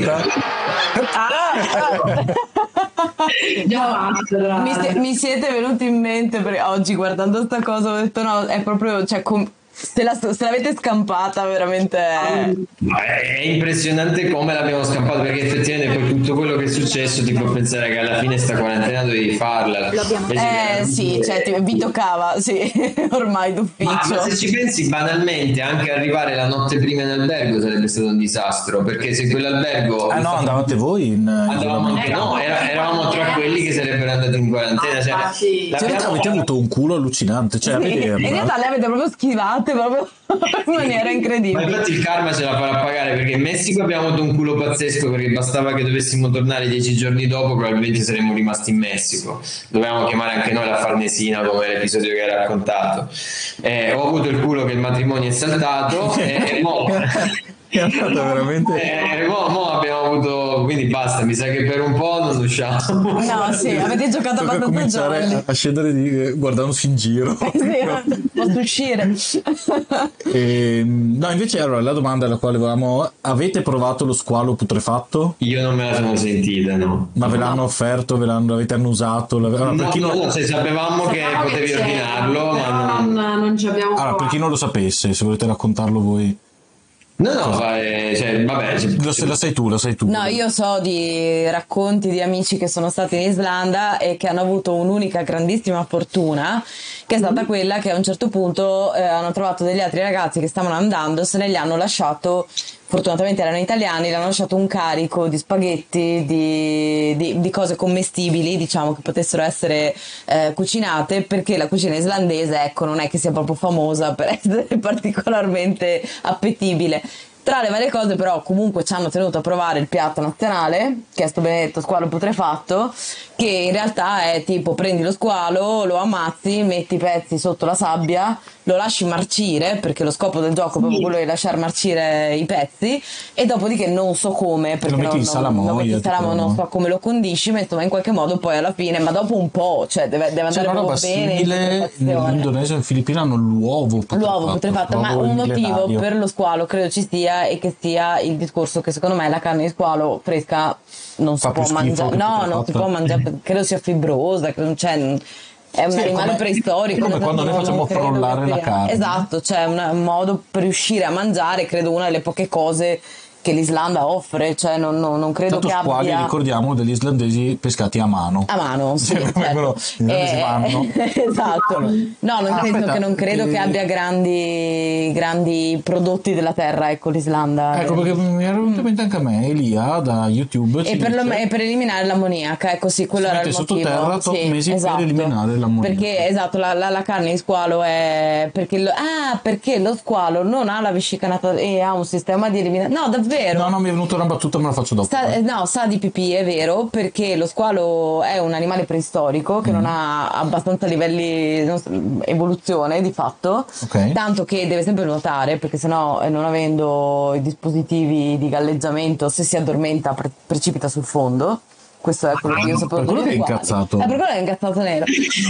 mi siete venuti in mente perché oggi guardando sta cosa ho detto no, è proprio, cioè se l'avete scampata veramente
è impressionante come l'abbiamo scampata, perché effettivamente poi tutto quello che è successo ti fa pensare che alla fine sta quarantena dovevi farla.
Sì, cioè vi toccava, sì, ormai d'ufficio.
Ma se ci pensi banalmente, anche arrivare la notte prima in albergo sarebbe stato un disastro, perché se quell'albergo
andavate voi
andavamo anche eravamo tra quelli che sarebbero andati in quarantena,
avete avuto un culo allucinante, cioè
in realtà le avete proprio schivate proprio in maniera incredibile.
Ma infatti il karma ce la farà pagare, perché in Messico abbiamo avuto un culo pazzesco, perché bastava che dovessimo tornare 10 giorni dopo, probabilmente saremmo rimasti in Messico. Dovevamo chiamare anche noi la Farnesina, come l'episodio che hai raccontato. Ho avuto il culo che il matrimonio è saltato e mo
è stato veramente
mo abbiamo avuto, quindi basta, mi sa che per un po' non usciamo.
No, sì, avete giocato abbastanza
cominciare a scendere guardandosi in giro.
Posso uscire.
No, invece allora la domanda alla quale volevamo: avete provato lo squalo putrefatto?
Io non me la sono sentita, no.
Ma ve l'hanno offerto, l'avete annusato?
No, se sapevamo che potevi ordinarlo, ma
non ci abbiamo
provato. Per chi non lo sapesse, se volete raccontarlo voi. La sai tu.
No, io so di racconti di amici che sono stati in Islanda e che hanno avuto un'unica grandissima fortuna, che è stata quella che a un certo punto hanno trovato degli altri ragazzi che stavano andando, se ne gli hanno lasciato, fortunatamente erano italiani, gli hanno lasciato un carico di spaghetti, di cose commestibili, diciamo, che potessero essere cucinate, perché la cucina islandese, ecco, non è che sia proprio famosa per essere particolarmente appetibile. Tra le varie cose però comunque ci hanno tenuto a provare il piatto nazionale, che è sto benedetto squalo putrefatto, che in realtà è tipo: prendi lo squalo, lo ammazzi, metti i pezzi sotto la sabbia, lo lasci marcire, perché lo scopo del gioco è proprio quello di lasciar marcire i pezzi, e dopodiché non so come, perché
lo metti in salamoia,
non so come lo condisci, ma in qualche modo poi alla fine, ma dopo un po', cioè deve andare proprio bene.
In Indonesia e in Filippine hanno l'uovo putrefatto,
ma un motivo per lo squalo credo ci sia, e che sia il discorso che secondo me la carne di squalo fresca non si può mangiare, non si può mangiare, credo sia fibrosa, cioè è un animale preistorico,
come quando noi facciamo frollare la carne.
Esatto, cioè un modo per riuscire a mangiare, credo una delle poche cose l'Islanda offre, cioè non credo
tanto
che
squali,
abbia...
ricordiamo, degli islandesi pescati a mano.
A mano, sì, certo. Esatto. No, non credo che abbia grandi prodotti della terra, ecco, l'Islanda.
Ecco, perché mi era venuto in mente anche a me, Elia da YouTube.
E per eliminare l'ammoniaca, ecco, sì, quello era il motivo.
Sottoterra,
sì,
mesi
esatto.
per eliminare l'ammoniaca.
Perché, esatto, la carne di squalo è... perché lo squalo non ha la vescica natale e ha un sistema di eliminazione. No, davvero.
No, mi è venuta una battuta, me la faccio dopo.
Sa di pipì, è vero, perché lo squalo è un animale preistorico che non ha abbastanza livelli evoluzione di fatto, tanto che deve sempre nuotare, perché sennò, non avendo i dispositivi di galleggiamento, se si addormenta precipita sul fondo. Questo è quello che io sapevo.
Per quello che è incazzato.
Per quello che è incazzato nero.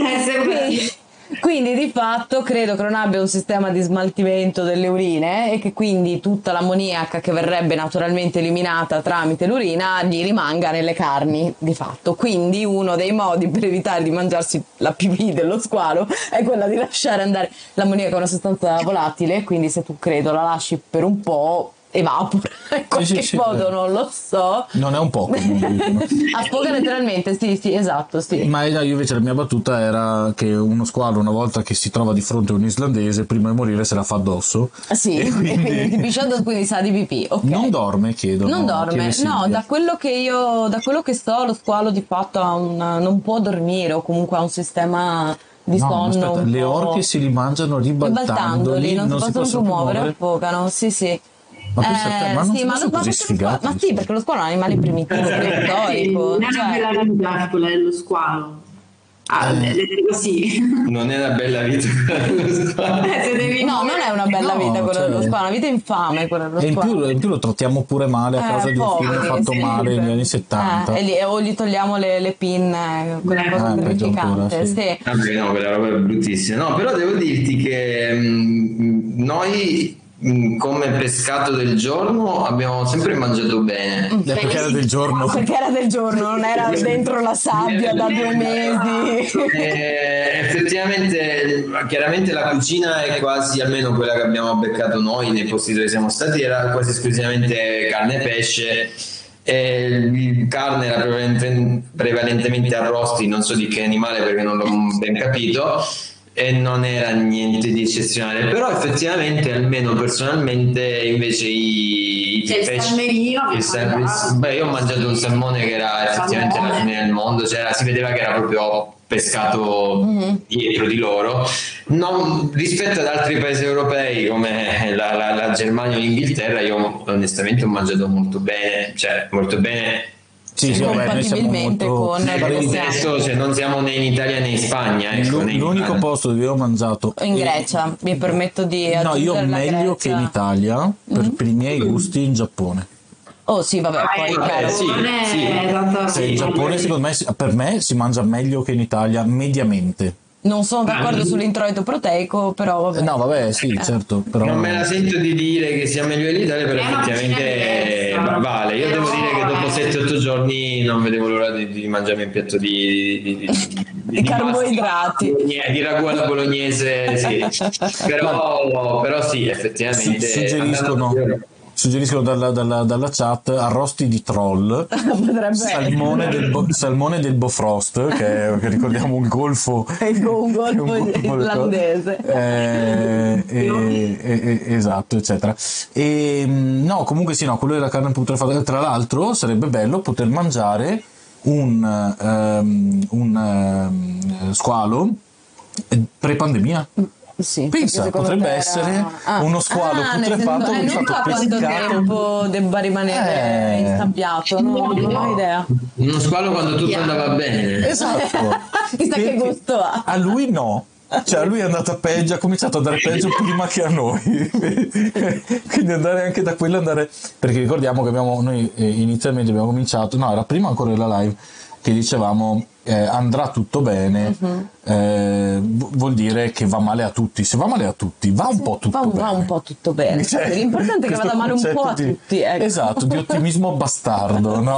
Quindi di fatto credo che non abbia un sistema di smaltimento delle urine e che quindi tutta l'ammoniaca che verrebbe naturalmente eliminata tramite l'urina gli rimanga nelle carni di fatto. Quindi uno dei modi per evitare di mangiarsi la pipì dello squalo è quella di lasciare andare. L'ammoniaca è una sostanza volatile, quindi se tu credo la lasci per un po' evapora in qualche modo, non lo so.
Non è un po'.
Affoga letteralmente, sì, esatto, sì.
Ma io invece la mia battuta era che uno squalo, una volta che si trova di fronte a un islandese, prima di morire se la fa addosso.
Sì, e quindi ti piscia addosso, quindi sa di pipì. Okay.
Non dorme, chiedo.
Non dorme, no, da quello che so, lo squalo di fatto non può dormire, o comunque ha un sistema di sonno.
Aspetta, le orche si li mangiano ribaltandoli,
non si possono più muovere, affogano, sì.
Ma sono così sfigati.
Ma sì, perché lo squalo è un animale primitivo, preistorico.
Non è una bella vita quella dello squalo. Così.
Non è una bella vita quella dello squalo.
No, non è una bella vita quella dello squalo, è una vita infame quella dello squalo.
E in più lo trattiamo pure male a causa di un film fatto male negli anni 70.
O gli togliamo le pinne, quella cosa terrificante. Sì.
No, quella roba è bruttissima. No, però devo dirti che noi come pescato del giorno abbiamo sempre mangiato bene.
Perché era del giorno.
Perché era del giorno, non era dentro la sabbia da 2 mesi.
Effettivamente, chiaramente la cucina è quasi, almeno quella che abbiamo beccato noi nei posti dove siamo stati, era quasi esclusivamente carne e pesce. E carne era prevalentemente arrosti, non so di che animale perché non l'ho ben capito, e non era niente di eccezionale, però effettivamente, almeno personalmente, invece il
salmerino,
io ho mangiato un salmone che era effettivamente la fine del mondo, cioè si vedeva che era proprio pescato dietro di loro, non, rispetto ad altri paesi europei come la Germania o l'Inghilterra. Io onestamente ho mangiato molto bene,
Sì,
compatibilmente con
adesso, cioè, non siamo né in Italia né in Spagna,
l'unico posto dove ho mangiato
in Grecia, mi permetto di
io meglio che in Italia per i miei gusti in Giappone.
Oh sì, vabbè, poi
in Giappone secondo me, per me si mangia meglio che in Italia mediamente.
Non sono d'accordo sull'introito proteico, però vabbè.
No, vabbè, sì, certo. Però...
Non me la sento di dire che sia meglio dell'Italia, però effettivamente vale. Io devo dire che dopo 7-8 giorni non vedevo l'ora di mangiarmi un piatto di
carboidrati.
Di ragù alla bolognese, sì. Però sì, effettivamente.
Suggeriscono dalla chat arrosti di troll, salmone del Bofrost, che ricordiamo un golfo
irlandese,
esatto, eccetera. E no, comunque sì, no, quello della carne putrefatta. Tra l'altro sarebbe bello poter mangiare un squalo pre-pandemia.
Sì,
pensa, potrebbe essere uno squalo putrefatto
non so quanto tempo debba rimanere instabbiato, non ho idea.
Uno squalo quando tutto andava bene,
esatto. Chissà che gusto ha.
A lui no, cioè a lui è andata peggio, ha cominciato ad andare peggio prima che a noi. Quindi andare anche da quello, perché ricordiamo che noi inizialmente abbiamo cominciato, no, era prima ancora della live, che dicevamo andrà tutto bene, vuol dire che va male a tutti. Se va male a tutti, va un po' tutto bene.
Va un po' tutto bene. Cioè, l'importante è che vada male un po' a tutti. Ecco.
Esatto, di ottimismo bastardo, no?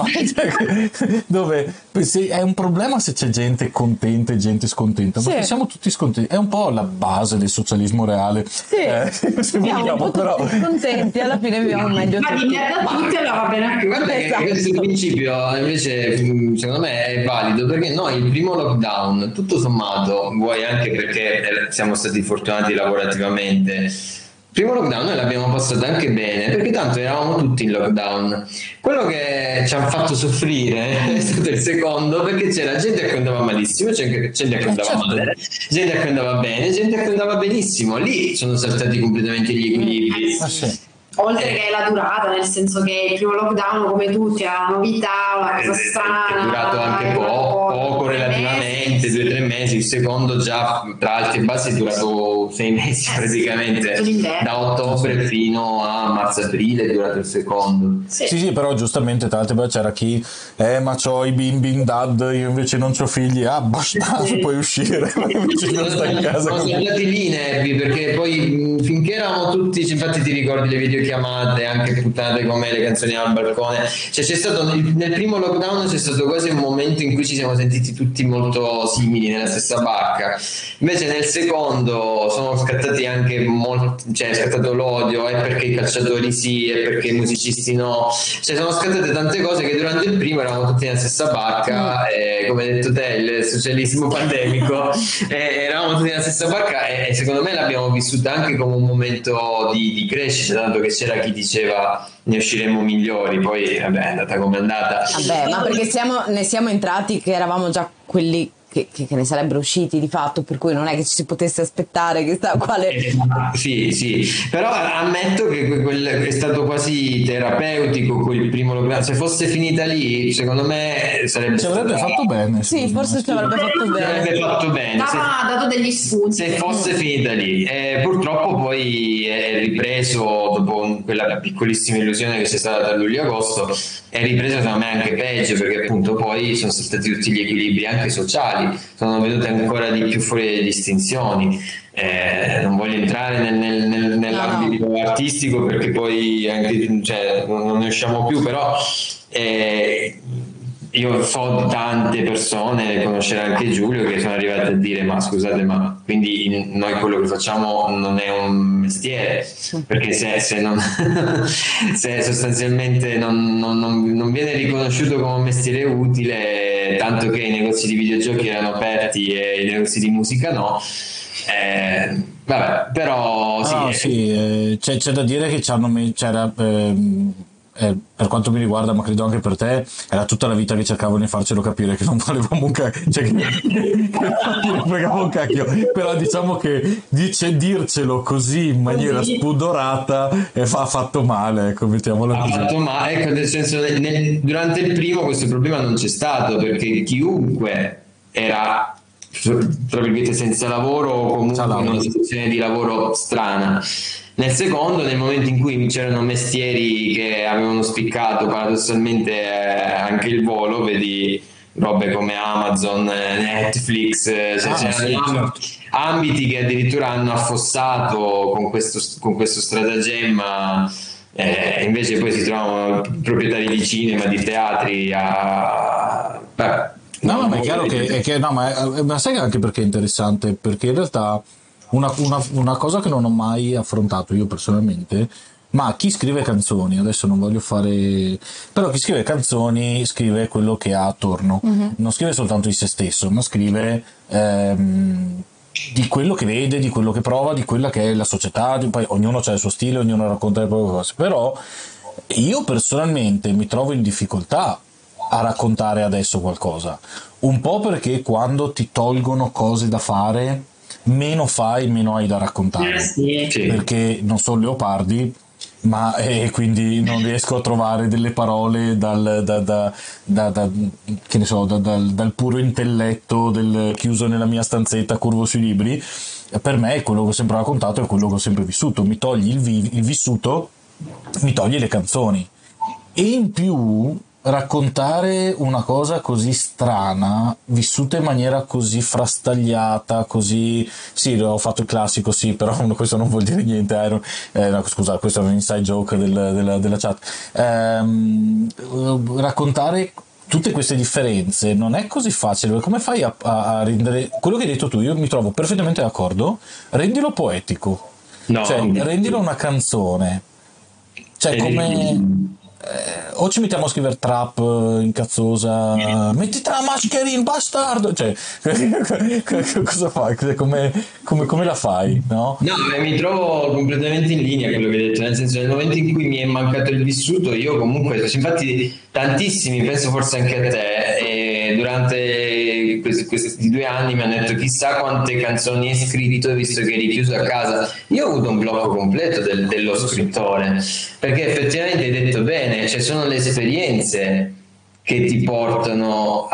Dove è un problema se c'è gente contenta e gente scontenta, perché siamo tutti scontenti. È un po' la base del socialismo reale.
Sì, siamo un po' tutti scontenti, alla fine viviamo meglio tutti.
Ma di merda a tutti allora va bene anche.
Guarda che questo principio invece secondo me è valido, perché noi il primo lockdown, tutto sommato, vuoi anche perché siamo stati fortunati lavorativamente, il primo lockdown noi l'abbiamo passato anche bene, perché tanto eravamo tutti in lockdown. Quello che ci ha fatto soffrire è stato il secondo, perché c'era gente a cui andava malissimo, gente a cui andava male, gente a cui andava bene, gente a cui andava benissimo. Lì sono saltati completamente gli equilibri.
Oltre che la durata, nel senso che il primo lockdown, come tutti, era una novità, una cosa strana.
È durato anche poco relativamente, 2-3 mesi. Il secondo già, tra alti e bassi, è durato 6 mesi praticamente. Da ottobre fino a marzo-aprile è durato il secondo.
Sì, però giustamente tra l'altro c'era chi ma c'ho i bimbi in dad, io invece non c'ho figli, bastardo, puoi uscire. Invece non stai in casa.
Siamo andati lì nervi, perché poi finché eravamo tutti, infatti ti ricordi le videochiamate, anche puttate come le canzoni al balcone, cioè c'è stato nel primo lockdown c'è stato quasi un momento in cui ci siamo sentiti tutti molto simili nella stessa barca. Invece nel secondo sono scattati anche è scattato l'odio, è perché i calciatori sì, è perché i musicisti no, cioè sono scattate tante cose che durante il primo eravamo tutti nella stessa barca, come hai detto te, il socialismo pandemico, eravamo tutti nella stessa barca e secondo me l'abbiamo vissuta anche come un momento di crescita, tanto che c'era chi diceva ne usciremo migliori, poi vabbè è andata come è andata.
Vabbè, ma perché ne siamo entrati che eravamo già quelli che ne sarebbero usciti di fatto, per cui non è che ci si potesse aspettare che sta quale.
Sì, però ammetto che è stato quasi terapeutico quel primo lockdown. Se fosse finita lì, secondo me sarebbe
ci avrebbe fatto bene.
Sì, forse ci avrebbe fatto bene.
Ha dato degli spunti.
Se fosse finita lì, purtroppo poi è ripreso dopo quella piccolissima illusione che c'è stata tra luglio e agosto. È ripreso secondo me anche peggio, perché appunto poi sono stati tutti gli equilibri anche sociali, sono venute ancora di più fuori le distinzioni. Non voglio entrare nell'ambito artistico perché poi anche, non ne usciamo più, però io so di tante persone, conoscere anche Giulio, che sono arrivate a dire ma scusate, ma quindi noi quello che facciamo non è un mestiere, perché se sostanzialmente non viene riconosciuto come un mestiere utile, tanto che i negozi di videogiochi erano aperti e i negozi di musica no. Vabbè, però
c'è da dire che c'era per quanto mi riguarda, ma credo anche per te, era tutta la vita che cercavano di farcelo capire che non valevamo un cacchio, che non fregava un cacchio, però diciamo che dircelo così in maniera spudorata ha fatto male, ecco, mettiamola così.
Ha fatto male, ecco, nel senso durante il primo questo problema non c'è stato, perché chiunque era tra virgolette senza lavoro o comunque in una situazione di lavoro strana. Nel secondo, nel momento in cui c'erano mestieri che avevano spiccato paradossalmente anche il volo, vedi robe come Amazon, Netflix, c'erano ambiti che addirittura hanno affossato con questo stratagemma, invece poi si trovano proprietari di cinema, di teatri
No, ma è chiaro ma sai anche perché è interessante, perché in realtà una cosa che non ho mai affrontato io personalmente, ma chi scrive canzoni, adesso non voglio fare, però chi scrive canzoni scrive quello che ha attorno, non scrive soltanto di se stesso, ma scrive di quello che vede, di quello che prova, di quella che è la società, poi ognuno ha il suo stile, ognuno racconta le proprie cose, però io personalmente mi trovo in difficoltà a raccontare adesso qualcosa, un po' perché quando ti tolgono cose da fare meno fai, meno hai da raccontare, perché non sono leopardi, ma quindi non riesco a trovare delle parole dal puro intelletto del chiuso nella mia stanzetta curvo sui libri. Per me quello che ho sempre raccontato è quello che ho sempre vissuto, mi togli il vissuto, mi togli le canzoni, e in più raccontare una cosa così strana, vissuta in maniera così frastagliata, così... Sì, ho fatto il classico, sì, però questo non vuol dire niente. No, scusa, questo è un inside joke della chat. Raccontare tutte queste differenze non è così facile. Come fai a rendere... Quello che hai detto tu, io mi trovo perfettamente d'accordo. Rendilo poetico.
No.
Cioè, rendilo una canzone. Cioè, come... o ci mettiamo a scrivere trap incazzosa, mettiti la mascherina bastardo, cioè cosa fai? Come la fai, no?
No, mi trovo completamente in linea con quello che hai detto, nel senso, nel momento in cui mi è mancato il vissuto, io comunque, infatti tantissimi, penso forse anche a te, durante questi 2 anni mi hanno detto chissà quante canzoni hai scritto visto che eri chiuso a casa. Io ho avuto un blocco completo dello scrittore, perché effettivamente hai detto bene, cioè sono le esperienze che ti portano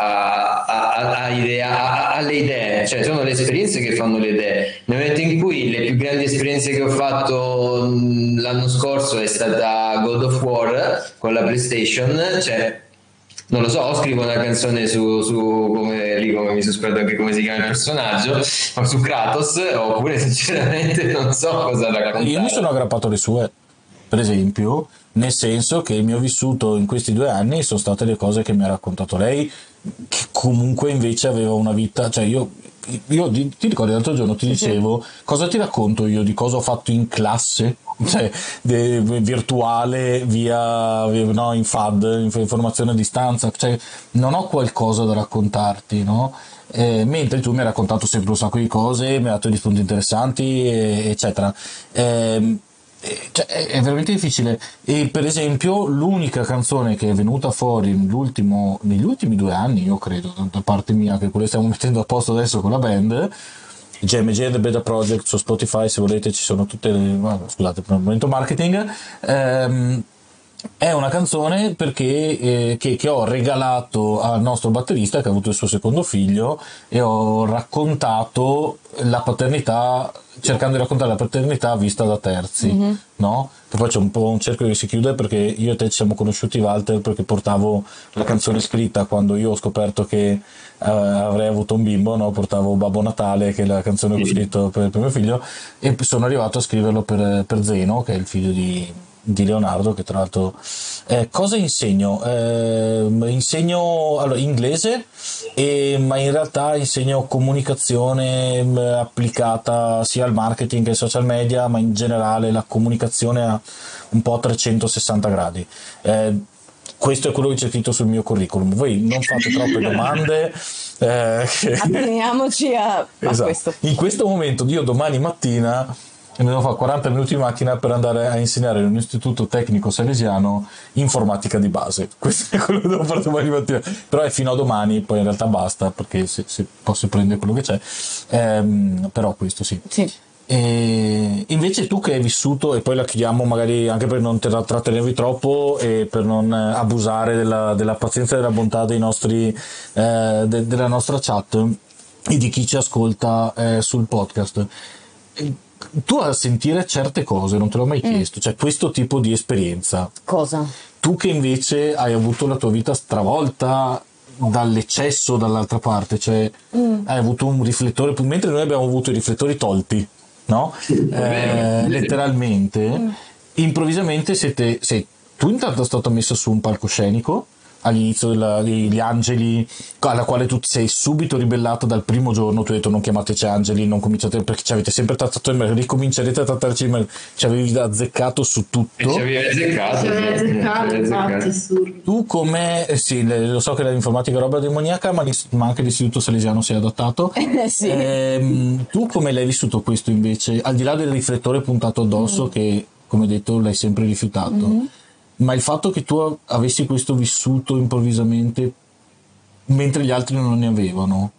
alle idee, cioè sono le esperienze che fanno le idee. Nel momento in cui le più grandi esperienze che ho fatto l'anno scorso è stata God of War con la PlayStation, cioè non lo so, scrivo una canzone su come mi sono scordato anche come si chiama il personaggio, ma su Kratos, oppure sinceramente non so cosa raccontare.
Io mi sono aggrappato alle sue, per esempio, nel senso che il mio vissuto in questi 2 anni sono state le cose che mi ha raccontato lei, che comunque invece aveva una vita, cioè io ti ricordi l'altro giorno ti dicevo cosa ti racconto io di cosa ho fatto in classe, cioè virtuale via no, in FAD, informazione a distanza, cioè non ho qualcosa da raccontarti, no? Mentre tu mi hai raccontato sempre un sacco di cose, mi hai dato degli spunti interessanti, eccetera. Cioè, è veramente difficile. E per esempio l'unica canzone che è venuta fuori negli ultimi 2 anni, io credo, da parte mia, che quello stiamo mettendo a posto adesso con la band, GMG The Beta Project su Spotify, se volete ci sono tutte le... scusate per il momento marketing, è una canzone perché che ho regalato al nostro batterista che ha avuto il suo secondo figlio, e ho raccontato la paternità, cercando di raccontare la paternità vista da terzi, no? E poi c'è un po' un cerchio che si chiude, perché io e te ci siamo conosciuti, Walter, perché portavo la canzone scritta quando io ho scoperto che avrei avuto un bimbo, no? Portavo Babbo Natale, che è la canzone che ho scritto per mio figlio, e sono arrivato a scriverlo per Zeno, che è il figlio di Leonardo, che tra l'altro cosa insegno? Insegno allora, inglese, ma in realtà insegno comunicazione applicata sia al marketing che ai social media, ma in generale la comunicazione a un po' a 360 gradi. Questo è quello che c'è scritto sul mio curriculum. Voi non fate troppe domande.
Atteniamoci a
esatto.
Questo.
In questo momento, io domani mattina ne devo fare 40 minuti in macchina per andare a insegnare in un istituto tecnico salesiano informatica di base. Questo è quello che devo fare domani mattina. Però è fino a domani, poi in realtà basta, perché se posso prendere quello che c'è. Però questo sì. E invece tu che hai vissuto, e poi la chiudiamo magari anche per non trattenervi troppo e per non abusare della pazienza e della bontà dei nostri della nostra chat e di chi ci ascolta sul podcast, tu a sentire certe cose non te l'ho mai chiesto, cioè questo tipo di esperienza,
cosa?
Tu che invece hai avuto la tua vita stravolta dall'eccesso dall'altra parte, cioè hai avuto un riflettore, mentre noi abbiamo avuto i riflettori tolti, no? Letteralmente, improvvisamente sei tu intanto è stato messo su un palcoscenico all'inizio degli Angeli, alla quale tu sei subito ribellato dal primo giorno. Tu hai detto non chiamateci Angeli, non cominciate, perché ci avete sempre trattato in merda, ricomincerete a trattarci in merda, ci avevi azzeccato su tutto,
ci avevi azzeccato.
Tu come sì, lo so che l'informatica è roba demoniaca, ma anche l'istituto salesiano si è adattato.
Sì.
Tu come l'hai vissuto questo invece, al di là del riflettore puntato addosso che come detto l'hai sempre rifiutato, ma il fatto che tu avessi questo vissuto improvvisamente mentre gli altri non ne avevano?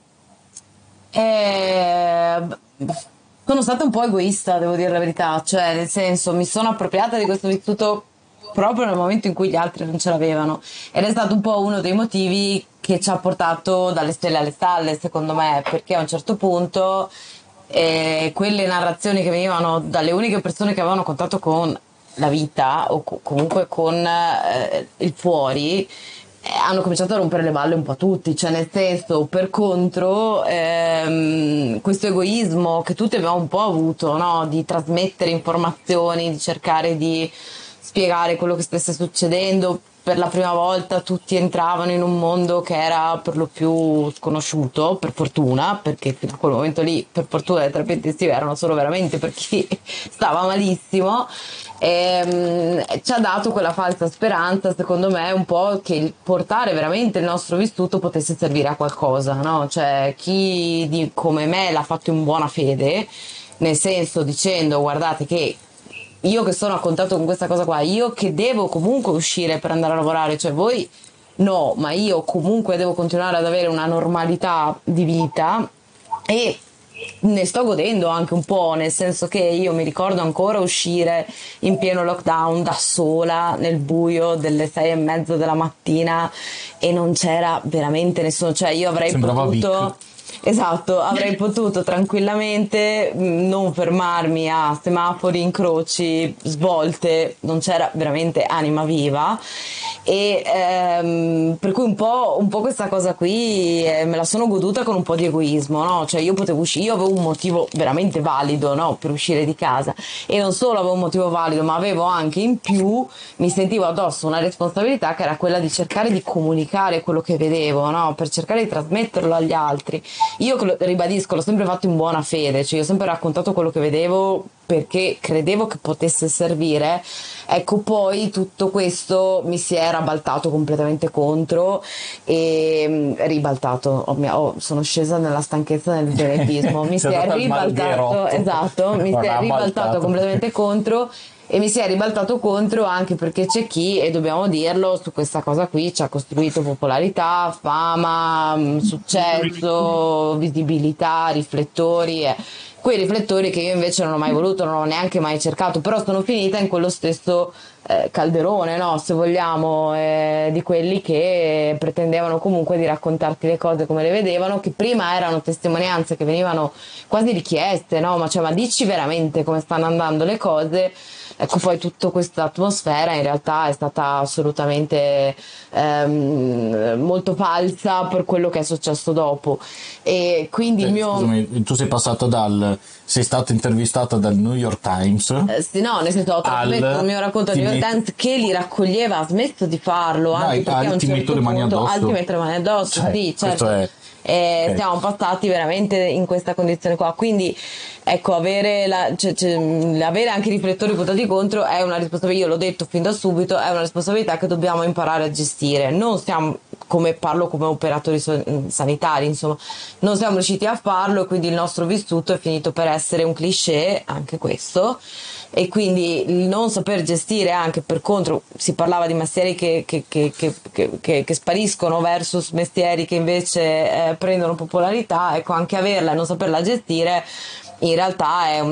Sono stata un po' egoista, devo dire la verità, cioè nel senso mi sono appropriata di questo vissuto proprio nel momento in cui gli altri non ce l'avevano, ed è stato un po' uno dei motivi che ci ha portato dalle stelle alle stalle, secondo me, perché a un certo punto quelle narrazioni che venivano dalle uniche persone che avevano contatto con la vita o comunque con il fuori hanno cominciato a rompere le balle un po' a tutti, cioè nel senso, per contro questo egoismo che tutti abbiamo un po' avuto, no? Di trasmettere informazioni, di cercare di spiegare quello che stesse succedendo. Per la prima volta tutti entravano in un mondo che era per lo più sconosciuto, per fortuna, perché fino a quel momento lì, per fortuna, le terapie intensive erano solo veramente per chi stava malissimo. Ci ha dato quella falsa speranza, secondo me, un po' che portare veramente il nostro vissuto potesse servire a qualcosa, no? Cioè, chi come me l'ha fatto in buona fede, nel senso dicendo, guardate che io che sono a contatto con questa cosa qua, io che devo comunque uscire per andare a lavorare, cioè voi no, ma io comunque devo continuare ad avere una normalità di vita e ne sto godendo anche un po', nel senso che io mi ricordo ancora uscire in pieno lockdown da sola nel buio delle 6:30 della mattina e non c'era veramente nessuno, cioè io avrei potuto... Esatto, avrei potuto tranquillamente non fermarmi a semafori, incroci, svolte, non c'era veramente anima viva e per cui un po' questa cosa qui me la sono goduta con un po' di egoismo, no? Cioè io potevo uscire, io avevo un motivo veramente valido, no? Per uscire di casa e non solo avevo un motivo valido, ma avevo anche in più, mi sentivo addosso una responsabilità che era quella di cercare di comunicare quello che vedevo, no? Per cercare di trasmetterlo agli altri. Io ribadisco, l'ho sempre fatto in buona fede, cioè io ho sempre raccontato quello che vedevo perché credevo che potesse servire. Ecco, poi tutto questo mi si era baltato completamente contro e ribaltato, sono scesa nella stanchezza del genetismo, mi si è ribaltato, esatto, mi si è ribaltato completamente contro. E mi si è ribaltato contro anche perché c'è chi, e dobbiamo dirlo, su questa cosa qui ci ha costruito popolarità, fama, successo, visibilità, riflettori. Quei riflettori che io invece non ho mai voluto, non ho neanche mai cercato, però sono finita in quello stesso calderone, no? Se vogliamo, di quelli che pretendevano comunque di raccontarti le cose come le vedevano, che prima erano testimonianze che venivano quasi richieste, no? Ma dici veramente come stanno andando le cose? Ecco, poi tutta questa atmosfera in realtà è stata assolutamente molto falsa per quello che è successo dopo. E quindi
scusami, tu sei stata intervistata dal New York Times?
No, nel senso ho trasmesso il mio racconto al New York Times che li raccoglieva, ha smesso di farlo anche perché a un certo punto altri mettere le mani addosso, sì, certo. Siamo passati veramente in questa condizione qua, quindi ecco, avere anche i riflettori puntati contro è una responsabilità, io l'ho detto fin da subito, è una responsabilità che dobbiamo imparare a gestire. Non siamo, parlo come operatori sanitari, insomma, non siamo riusciti a farlo e quindi il nostro vissuto è finito per essere un cliché, anche questo. E quindi il non saper gestire, anche per contro si parlava di mestieri che spariscono versus mestieri che invece prendono popolarità, ecco, anche averla e non saperla gestire in realtà è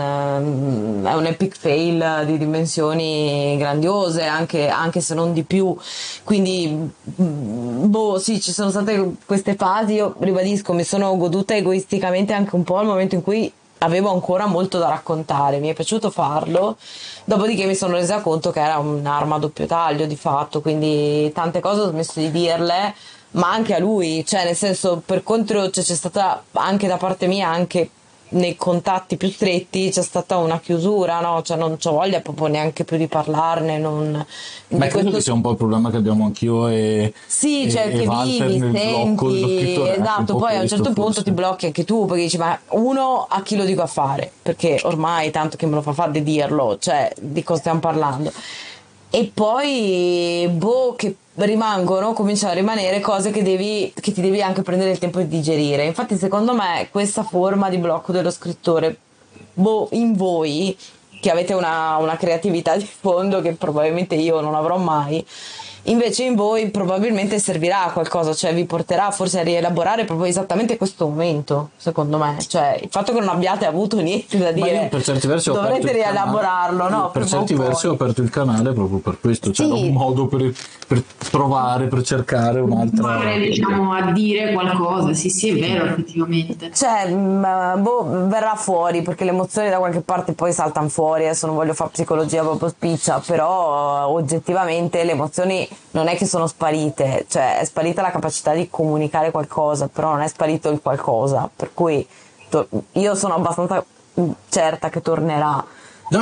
un epic fail di dimensioni grandiose, anche se non di più. Quindi sì, ci sono state queste fasi, io ribadisco, mi sono goduta egoisticamente anche un po' al momento in cui avevo ancora molto da raccontare, mi è piaciuto farlo, dopodiché mi sono resa conto che era un'arma a doppio taglio di fatto, quindi tante cose ho smesso di dirle, ma anche a lui, cioè nel senso, per contro c'è stata anche da parte mia, anche nei contatti più stretti c'è stata una chiusura, no? Cioè non c'ho voglia proprio neanche più di parlarne.
Ma credo che sia un po' il problema che abbiamo anch'io
sì, cioè che vivi, senti, esatto, poi a un certo punto ti blocchi anche tu perché dici ma uno a chi lo dico a fare, perché ormai tanto che me lo fa fare di dirlo, cioè di cosa stiamo parlando. E poi che cominciano a rimanere cose che ti devi anche prendere il tempo di digerire. Infatti secondo me questa forma di blocco dello scrittore in voi che avete una creatività di fondo che probabilmente io non avrò mai, invece in voi probabilmente servirà a qualcosa, cioè vi porterà forse a rielaborare proprio esattamente questo momento, secondo me, cioè il fatto che non abbiate avuto niente da dire,
ma io per certi versi
dovrete rielaborarlo, no?
Per certi versi ho aperto il canale proprio per questo, cioè un modo per provare, per cercare un'altra,
diciamo, a dire qualcosa. Sì, è vero, effettivamente,
cioè verrà fuori perché le emozioni da qualche parte poi saltano fuori. Adesso non voglio fare psicologia proprio spiccia, però oggettivamente le emozioni non è che sono sparite, cioè è sparita la capacità di comunicare qualcosa, però non è sparito il qualcosa, per cui io sono abbastanza certa che tornerà.
No,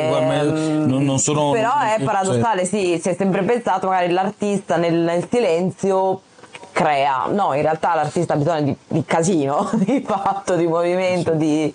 non sono.
Però è paradossale, sì, si è sempre pensato magari l'artista nel silenzio crea, no, in realtà l'artista ha bisogno di casino, di fatto, di movimento, di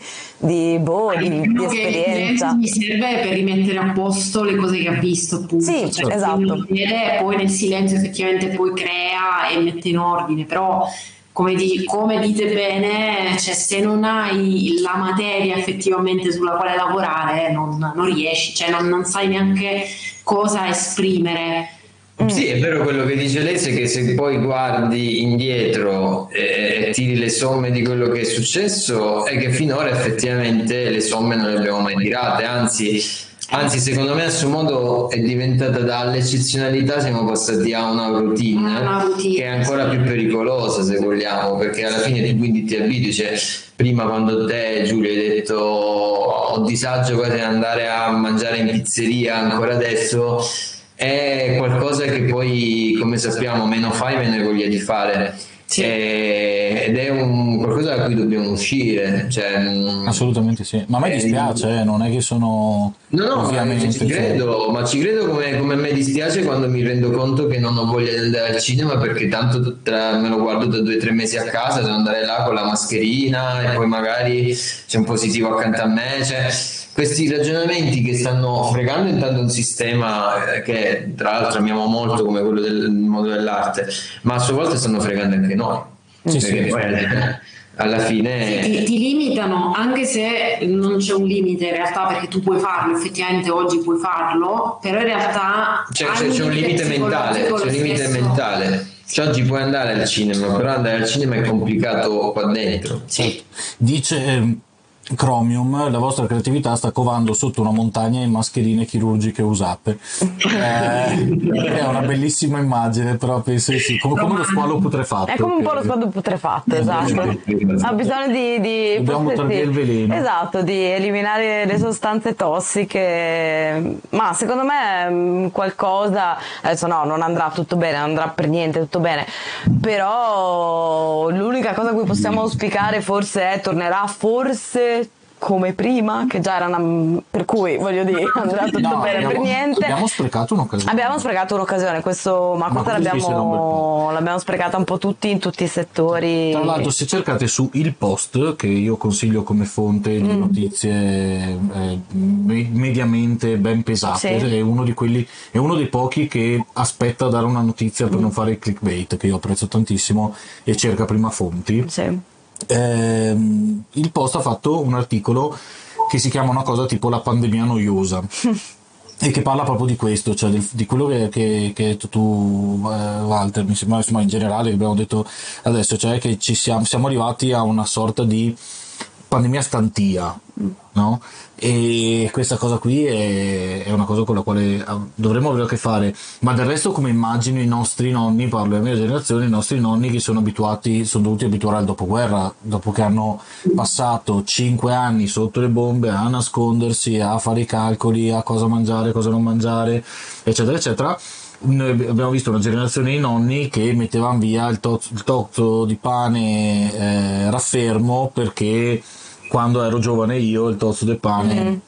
esperienza.
Mi serve per rimettere a posto le cose che ha visto, appunto.
Sì,
cioè,
esatto.
Poi nel silenzio effettivamente poi crea e mette in ordine, però come dite bene, cioè, se non hai la materia effettivamente sulla quale lavorare non riesci, cioè non sai neanche cosa esprimere.
Sì, è vero quello che dice lei, che se poi guardi indietro e tiri le somme di quello che è successo, è che finora effettivamente le somme non le abbiamo mai tirate, anzi secondo me a suo modo è diventata dall'eccezionalità, siamo passati a una routine che è ancora più pericolosa, se vogliamo, perché alla fine quindi ti abitui, cioè, prima quando te, Giulio, hai detto ho disagio quasi ad andare a mangiare in pizzeria, ancora adesso è qualcosa che poi, come sappiamo, meno fai meno hai voglia di fare. Sì. Ed è qualcosa da cui dobbiamo uscire, cioè,
assolutamente sì, ma a me dispiace, non è che sono
ovviamente ci credo, ma ci credo come a me dispiace quando mi rendo conto che non ho voglia di andare al cinema perché tanto me lo guardo da 2 o 3 mesi a casa, devo andare là con la mascherina e poi magari c'è un positivo accanto a me, cioè questi ragionamenti che stanno fregando intanto un sistema che tra l'altro amiamo molto come quello del mondo dell'arte, ma a sua volta stanno fregando anche noi, perché poi alla fine
ti limitano, anche se non c'è un limite in realtà, perché tu puoi farlo, effettivamente oggi puoi farlo, però in realtà
c'è un limite mentale. Cioè, oggi puoi andare al cinema, però andare al cinema è complicato qua dentro.
Sì. Dice Chromium, la vostra creatività sta covando sotto una montagna in mascherine chirurgiche usate. È una bellissima immagine, però penso sì, come lo squalo putrefatto.
È come un po' lo squalo putrefatto, esatto. Ha bisogno di
dobbiamo buttare via il veleno.
Esatto, di eliminare le sostanze tossiche. Ma secondo me qualcosa, adesso no, non andrà tutto bene, non andrà per niente tutto bene, però l'unica cosa a cui possiamo auspicare forse tornerà forse come prima, che già era per cui voglio dire andrà tutto bene per niente.
Abbiamo sprecato un'occasione,
questa l'abbiamo sprecata un po' tutti in tutti i settori.
Tra l'altro, se cercate su Il Post, che io consiglio come fonte di notizie mediamente ben pesate, sì. È uno dei pochi che aspetta a dare una notizia per non fare il clickbait, che io apprezzo tantissimo, e cerca prima fonti. Sì. Il Post ha fatto un articolo che si chiama una cosa tipo la pandemia noiosa e che parla proprio di questo, cioè di quello che hai detto tu, Walter, mi sembra, insomma, in generale che abbiamo detto adesso, cioè che siamo arrivati a una sorta di pandemia stantia, no? E questa cosa qui è una cosa con la quale dovremmo avere a che fare, ma del resto, come immagino i nostri nonni, parlo della mia generazione, i nostri nonni che sono dovuti abituare al dopoguerra, dopo che hanno passato 5 anni sotto le bombe a nascondersi, a fare i calcoli, a cosa mangiare, cosa non mangiare, eccetera eccetera. Noi abbiamo visto una generazione di nonni che mettevano via il tozzo di pane raffermo, perché quando ero giovane io il tozzo di pane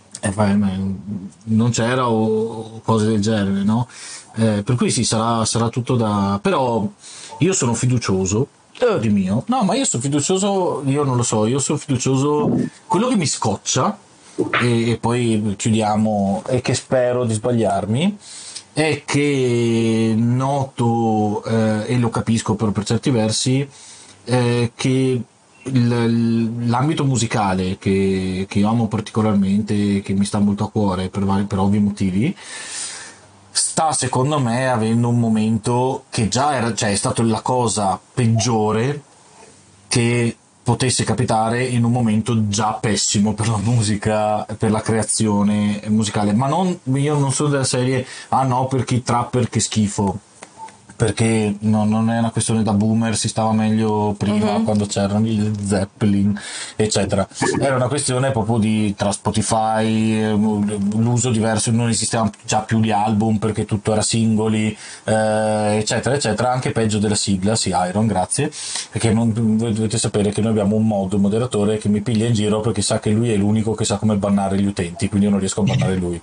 non c'era, o cose del genere, no? Per cui sì, sarà tutto da... Però io sono fiducioso di mio. No, ma io sono fiducioso, io non lo so, io sono fiducioso. Quello che mi scoccia, e poi chiudiamo, e che spero di sbagliarmi, è che noto, e lo capisco per certi versi, che l'ambito musicale che io amo particolarmente, che mi sta molto a cuore per ovvi motivi, sta secondo me avendo un momento che già è stato la cosa peggiore che potesse capitare, in un momento già pessimo per la musica, per la creazione musicale. Ma io non sono della serie no, perché i trapper che schifo, perché non è una questione da boomer, si stava meglio prima quando c'erano gli Zeppelin eccetera, era una questione proprio tra Spotify, l'uso diverso, non esistevano già più gli album perché tutto era singoli, eccetera eccetera, anche peggio della sigla, sì, Iron, grazie, perché voi dovete sapere che noi abbiamo un moderatore che mi piglia in giro perché sa che lui è l'unico che sa come bannare gli utenti, quindi io non riesco a bannare lui.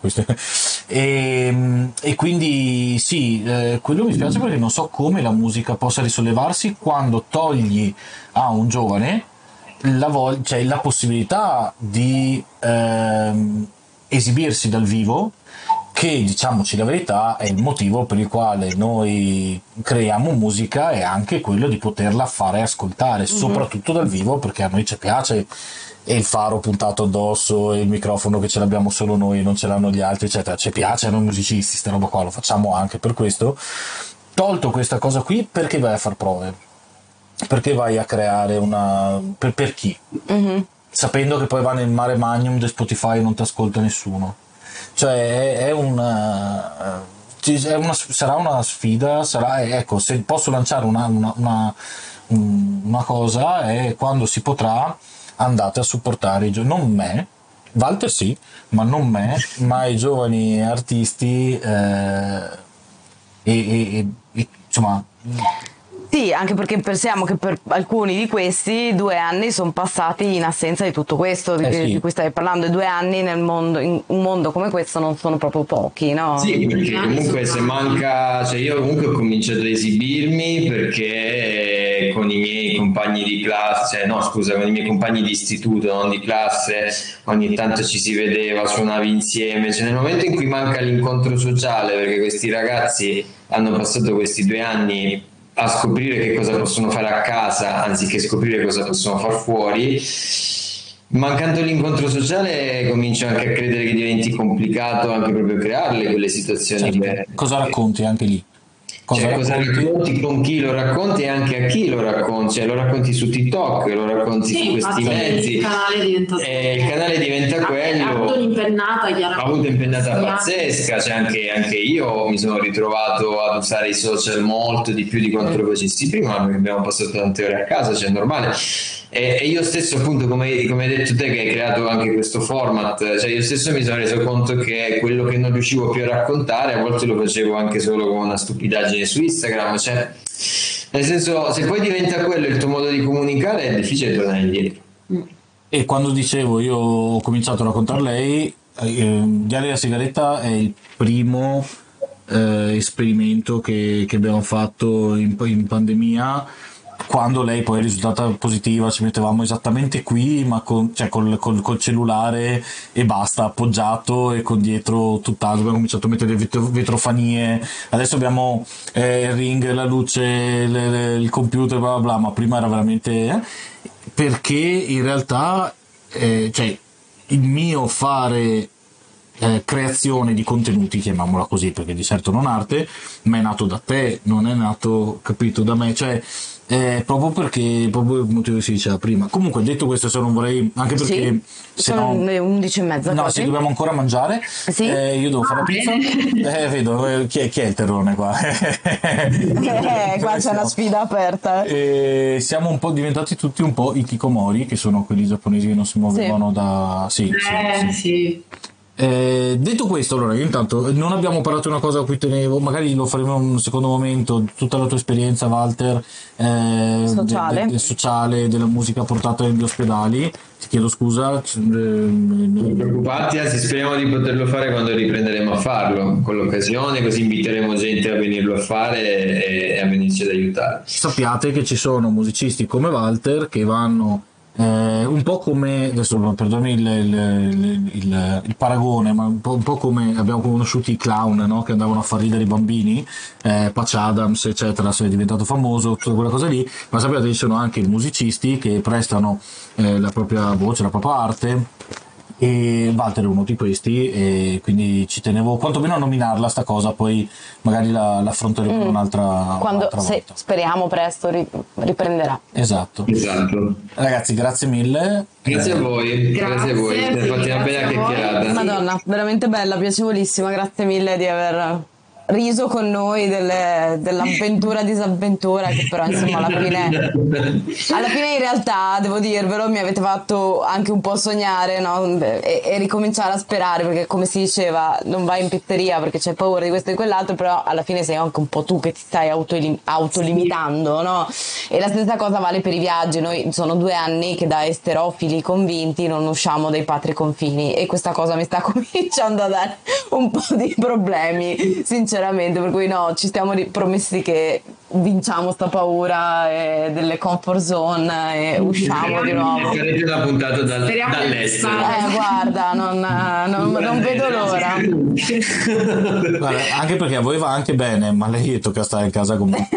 E quindi sì, quello mi spiace perché non so come la musica possa risollevarsi quando togli a un giovane la possibilità di esibirsi dal vivo, che, diciamoci la verità, è il motivo per il quale noi creiamo musica, e anche quello di poterla fare ascoltare, soprattutto dal vivo, perché a noi ci piace, e il faro puntato addosso e il microfono che ce l'abbiamo solo noi e non ce l'hanno gli altri, eccetera. Ci piace a noi musicisti sta roba qua, lo facciamo anche per questo. Tolto questa cosa qui, perché vai a far prove? Perché vai a creare per chi? Sapendo che poi va nel mare magnum di Spotify e non ti ascolta nessuno. Cioè sarà una sfida, ecco, se posso lanciare una cosa, è quando si potrà, andate a supportare non me, Walter sì, ma non me, ma i giovani artisti, e insomma.
Sì, anche perché pensiamo che per alcuni di questi 2 anni sono passati in assenza di tutto questo di cui stavi parlando, e 2 anni in un mondo come questo non sono proprio pochi, no?
Sì, perché comunque se manca, cioè io comunque ho cominciato ad esibirmi perché con i miei compagni di classe, con i miei compagni di istituto, non di classe, ogni tanto ci si vedeva, suonavi insieme, cioè nel momento in cui manca l'incontro sociale, perché questi ragazzi hanno passato questi 2 anni a scoprire che cosa possono fare a casa anziché scoprire cosa possono far fuori, mancando l'incontro sociale comincio anche a credere che diventi complicato anche proprio crearle quelle situazioni.
Certo. Cosa racconti anche lì?
Cosa racconti, con chi lo racconti e anche a chi lo racconti, cioè lo racconti su TikTok, lo racconti su questi mezzi, il canale diventa quello, ha avuto un'impennata pazzesca, cioè anche io mi sono ritrovato ad usare i social molto di più di quanto lo facessi prima, perché abbiamo passato tante ore a casa, cioè è normale. E io stesso, appunto, come hai detto te, che hai creato anche questo format, cioè io stesso mi sono reso conto che quello che non riuscivo più a raccontare a volte lo facevo anche solo con una stupidaggine su Instagram, cioè nel senso, se poi diventa quello il tuo modo di comunicare è difficile tornare indietro.
E quando dicevo io ho cominciato a raccontare lei, Diario della sigaretta è il primo esperimento che abbiamo fatto in pandemia. Quando lei poi è risultata positiva ci mettevamo esattamente qui, ma col cellulare e basta, appoggiato, e con dietro tutt'altro. Abbiamo cominciato a mettere le vetrofanie, adesso abbiamo il ring, la luce, il computer, bla bla bla, ma prima era veramente perché in realtà cioè il mio fare creazione di contenuti, chiamiamola così, perché di certo non arte, ma è nato da te, non è nato, capito, da me, cioè proprio perché proprio il motivo che si diceva prima. Comunque, detto questo, se non vorrei, anche perché
sono le 11:30.
No, se dobbiamo ancora mangiare, io devo fare la pizza. Vedo chi è il terrone qua.
Qua c'è una sfida aperta.
Siamo un po' diventati tutti un po' i kikomori, che sono quelli giapponesi che non si muovevano da sì. Detto questo, allora io intanto non abbiamo parlato di una cosa a cui tenevo, magari lo faremo in un secondo momento, tutta la tua esperienza, Walter, sociale, della musica portata negli ospedali. Ti chiedo scusa,
non preoccupati, anzi speriamo di poterlo fare quando riprenderemo a farlo con l'occasione, così inviteremo gente a venirlo a fare e a venirci ad aiutare.
Sappiate che ci sono musicisti come Walter che vanno un po' come, adesso perdoni il paragone, ma un po' come abbiamo conosciuto i clown, no? Che andavano a far ridere i bambini, Patch Adams eccetera, se è diventato famoso, tutta quella cosa lì, ma sappiate che ci sono anche i musicisti che prestano la propria voce, la propria arte, e Walter è uno di questi, e quindi ci tenevo quantomeno a nominarla sta cosa, poi magari l'affronteremo un'altra volta.
Speriamo presto riprenderà.
Esatto. Ragazzi, grazie mille.
Grazie a voi, grazie a voi, siete fatti una bella chiacchierata.
Madonna, veramente bella, piacevolissima, grazie mille di aver riso con noi dell'avventura disavventura, che però insomma alla fine in realtà devo dirvelo, mi avete fatto anche un po' sognare, no? e ricominciare a sperare, perché come si diceva non vai in pizzeria perché c'hai paura di questo e di quell'altro, però alla fine sei anche un po' tu che ti stai autolimitando, no? E la stessa cosa vale per i viaggi. Noi sono 2 anni che da esterofili convinti non usciamo dai patri confini, e questa cosa mi sta cominciando a dare un po' di problemi sinceramente, per cui no, ci stiamo promessi che vinciamo sta paura delle comfort zone e usciamo di nuovo.
Farete una puntata dall'estero.
Guarda, non vedo l'ora.
Guarda, anche perché a voi va anche bene, ma lei tocca stare in casa con me.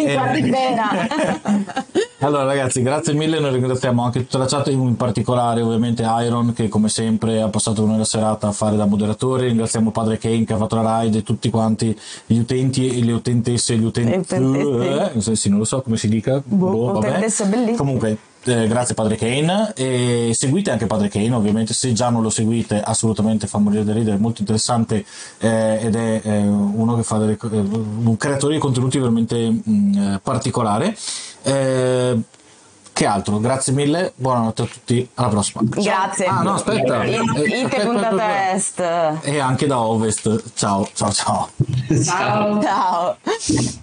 Allora ragazzi, grazie mille, noi ringraziamo anche tutta la chat, in particolare ovviamente Iron, che come sempre ha passato una serata a fare da moderatore. Ringraziamo Padre Kane che ha fatto la raid, e tutti quanti gli utenti e le utentesse, gli utenti sì, non lo so come si dica, vabbè. Comunque grazie Padre Kane, e seguite anche Padre Kane ovviamente, se già non lo seguite assolutamente, fa morire da ridere, è molto interessante, ed è uno che fa un creatore di contenuti veramente particolare. Che altro? Grazie mille, buonanotte a tutti, alla prossima.
Grazie.
No, aspetta.
Puntata est.
E anche da ovest. Ciao.
Ciao.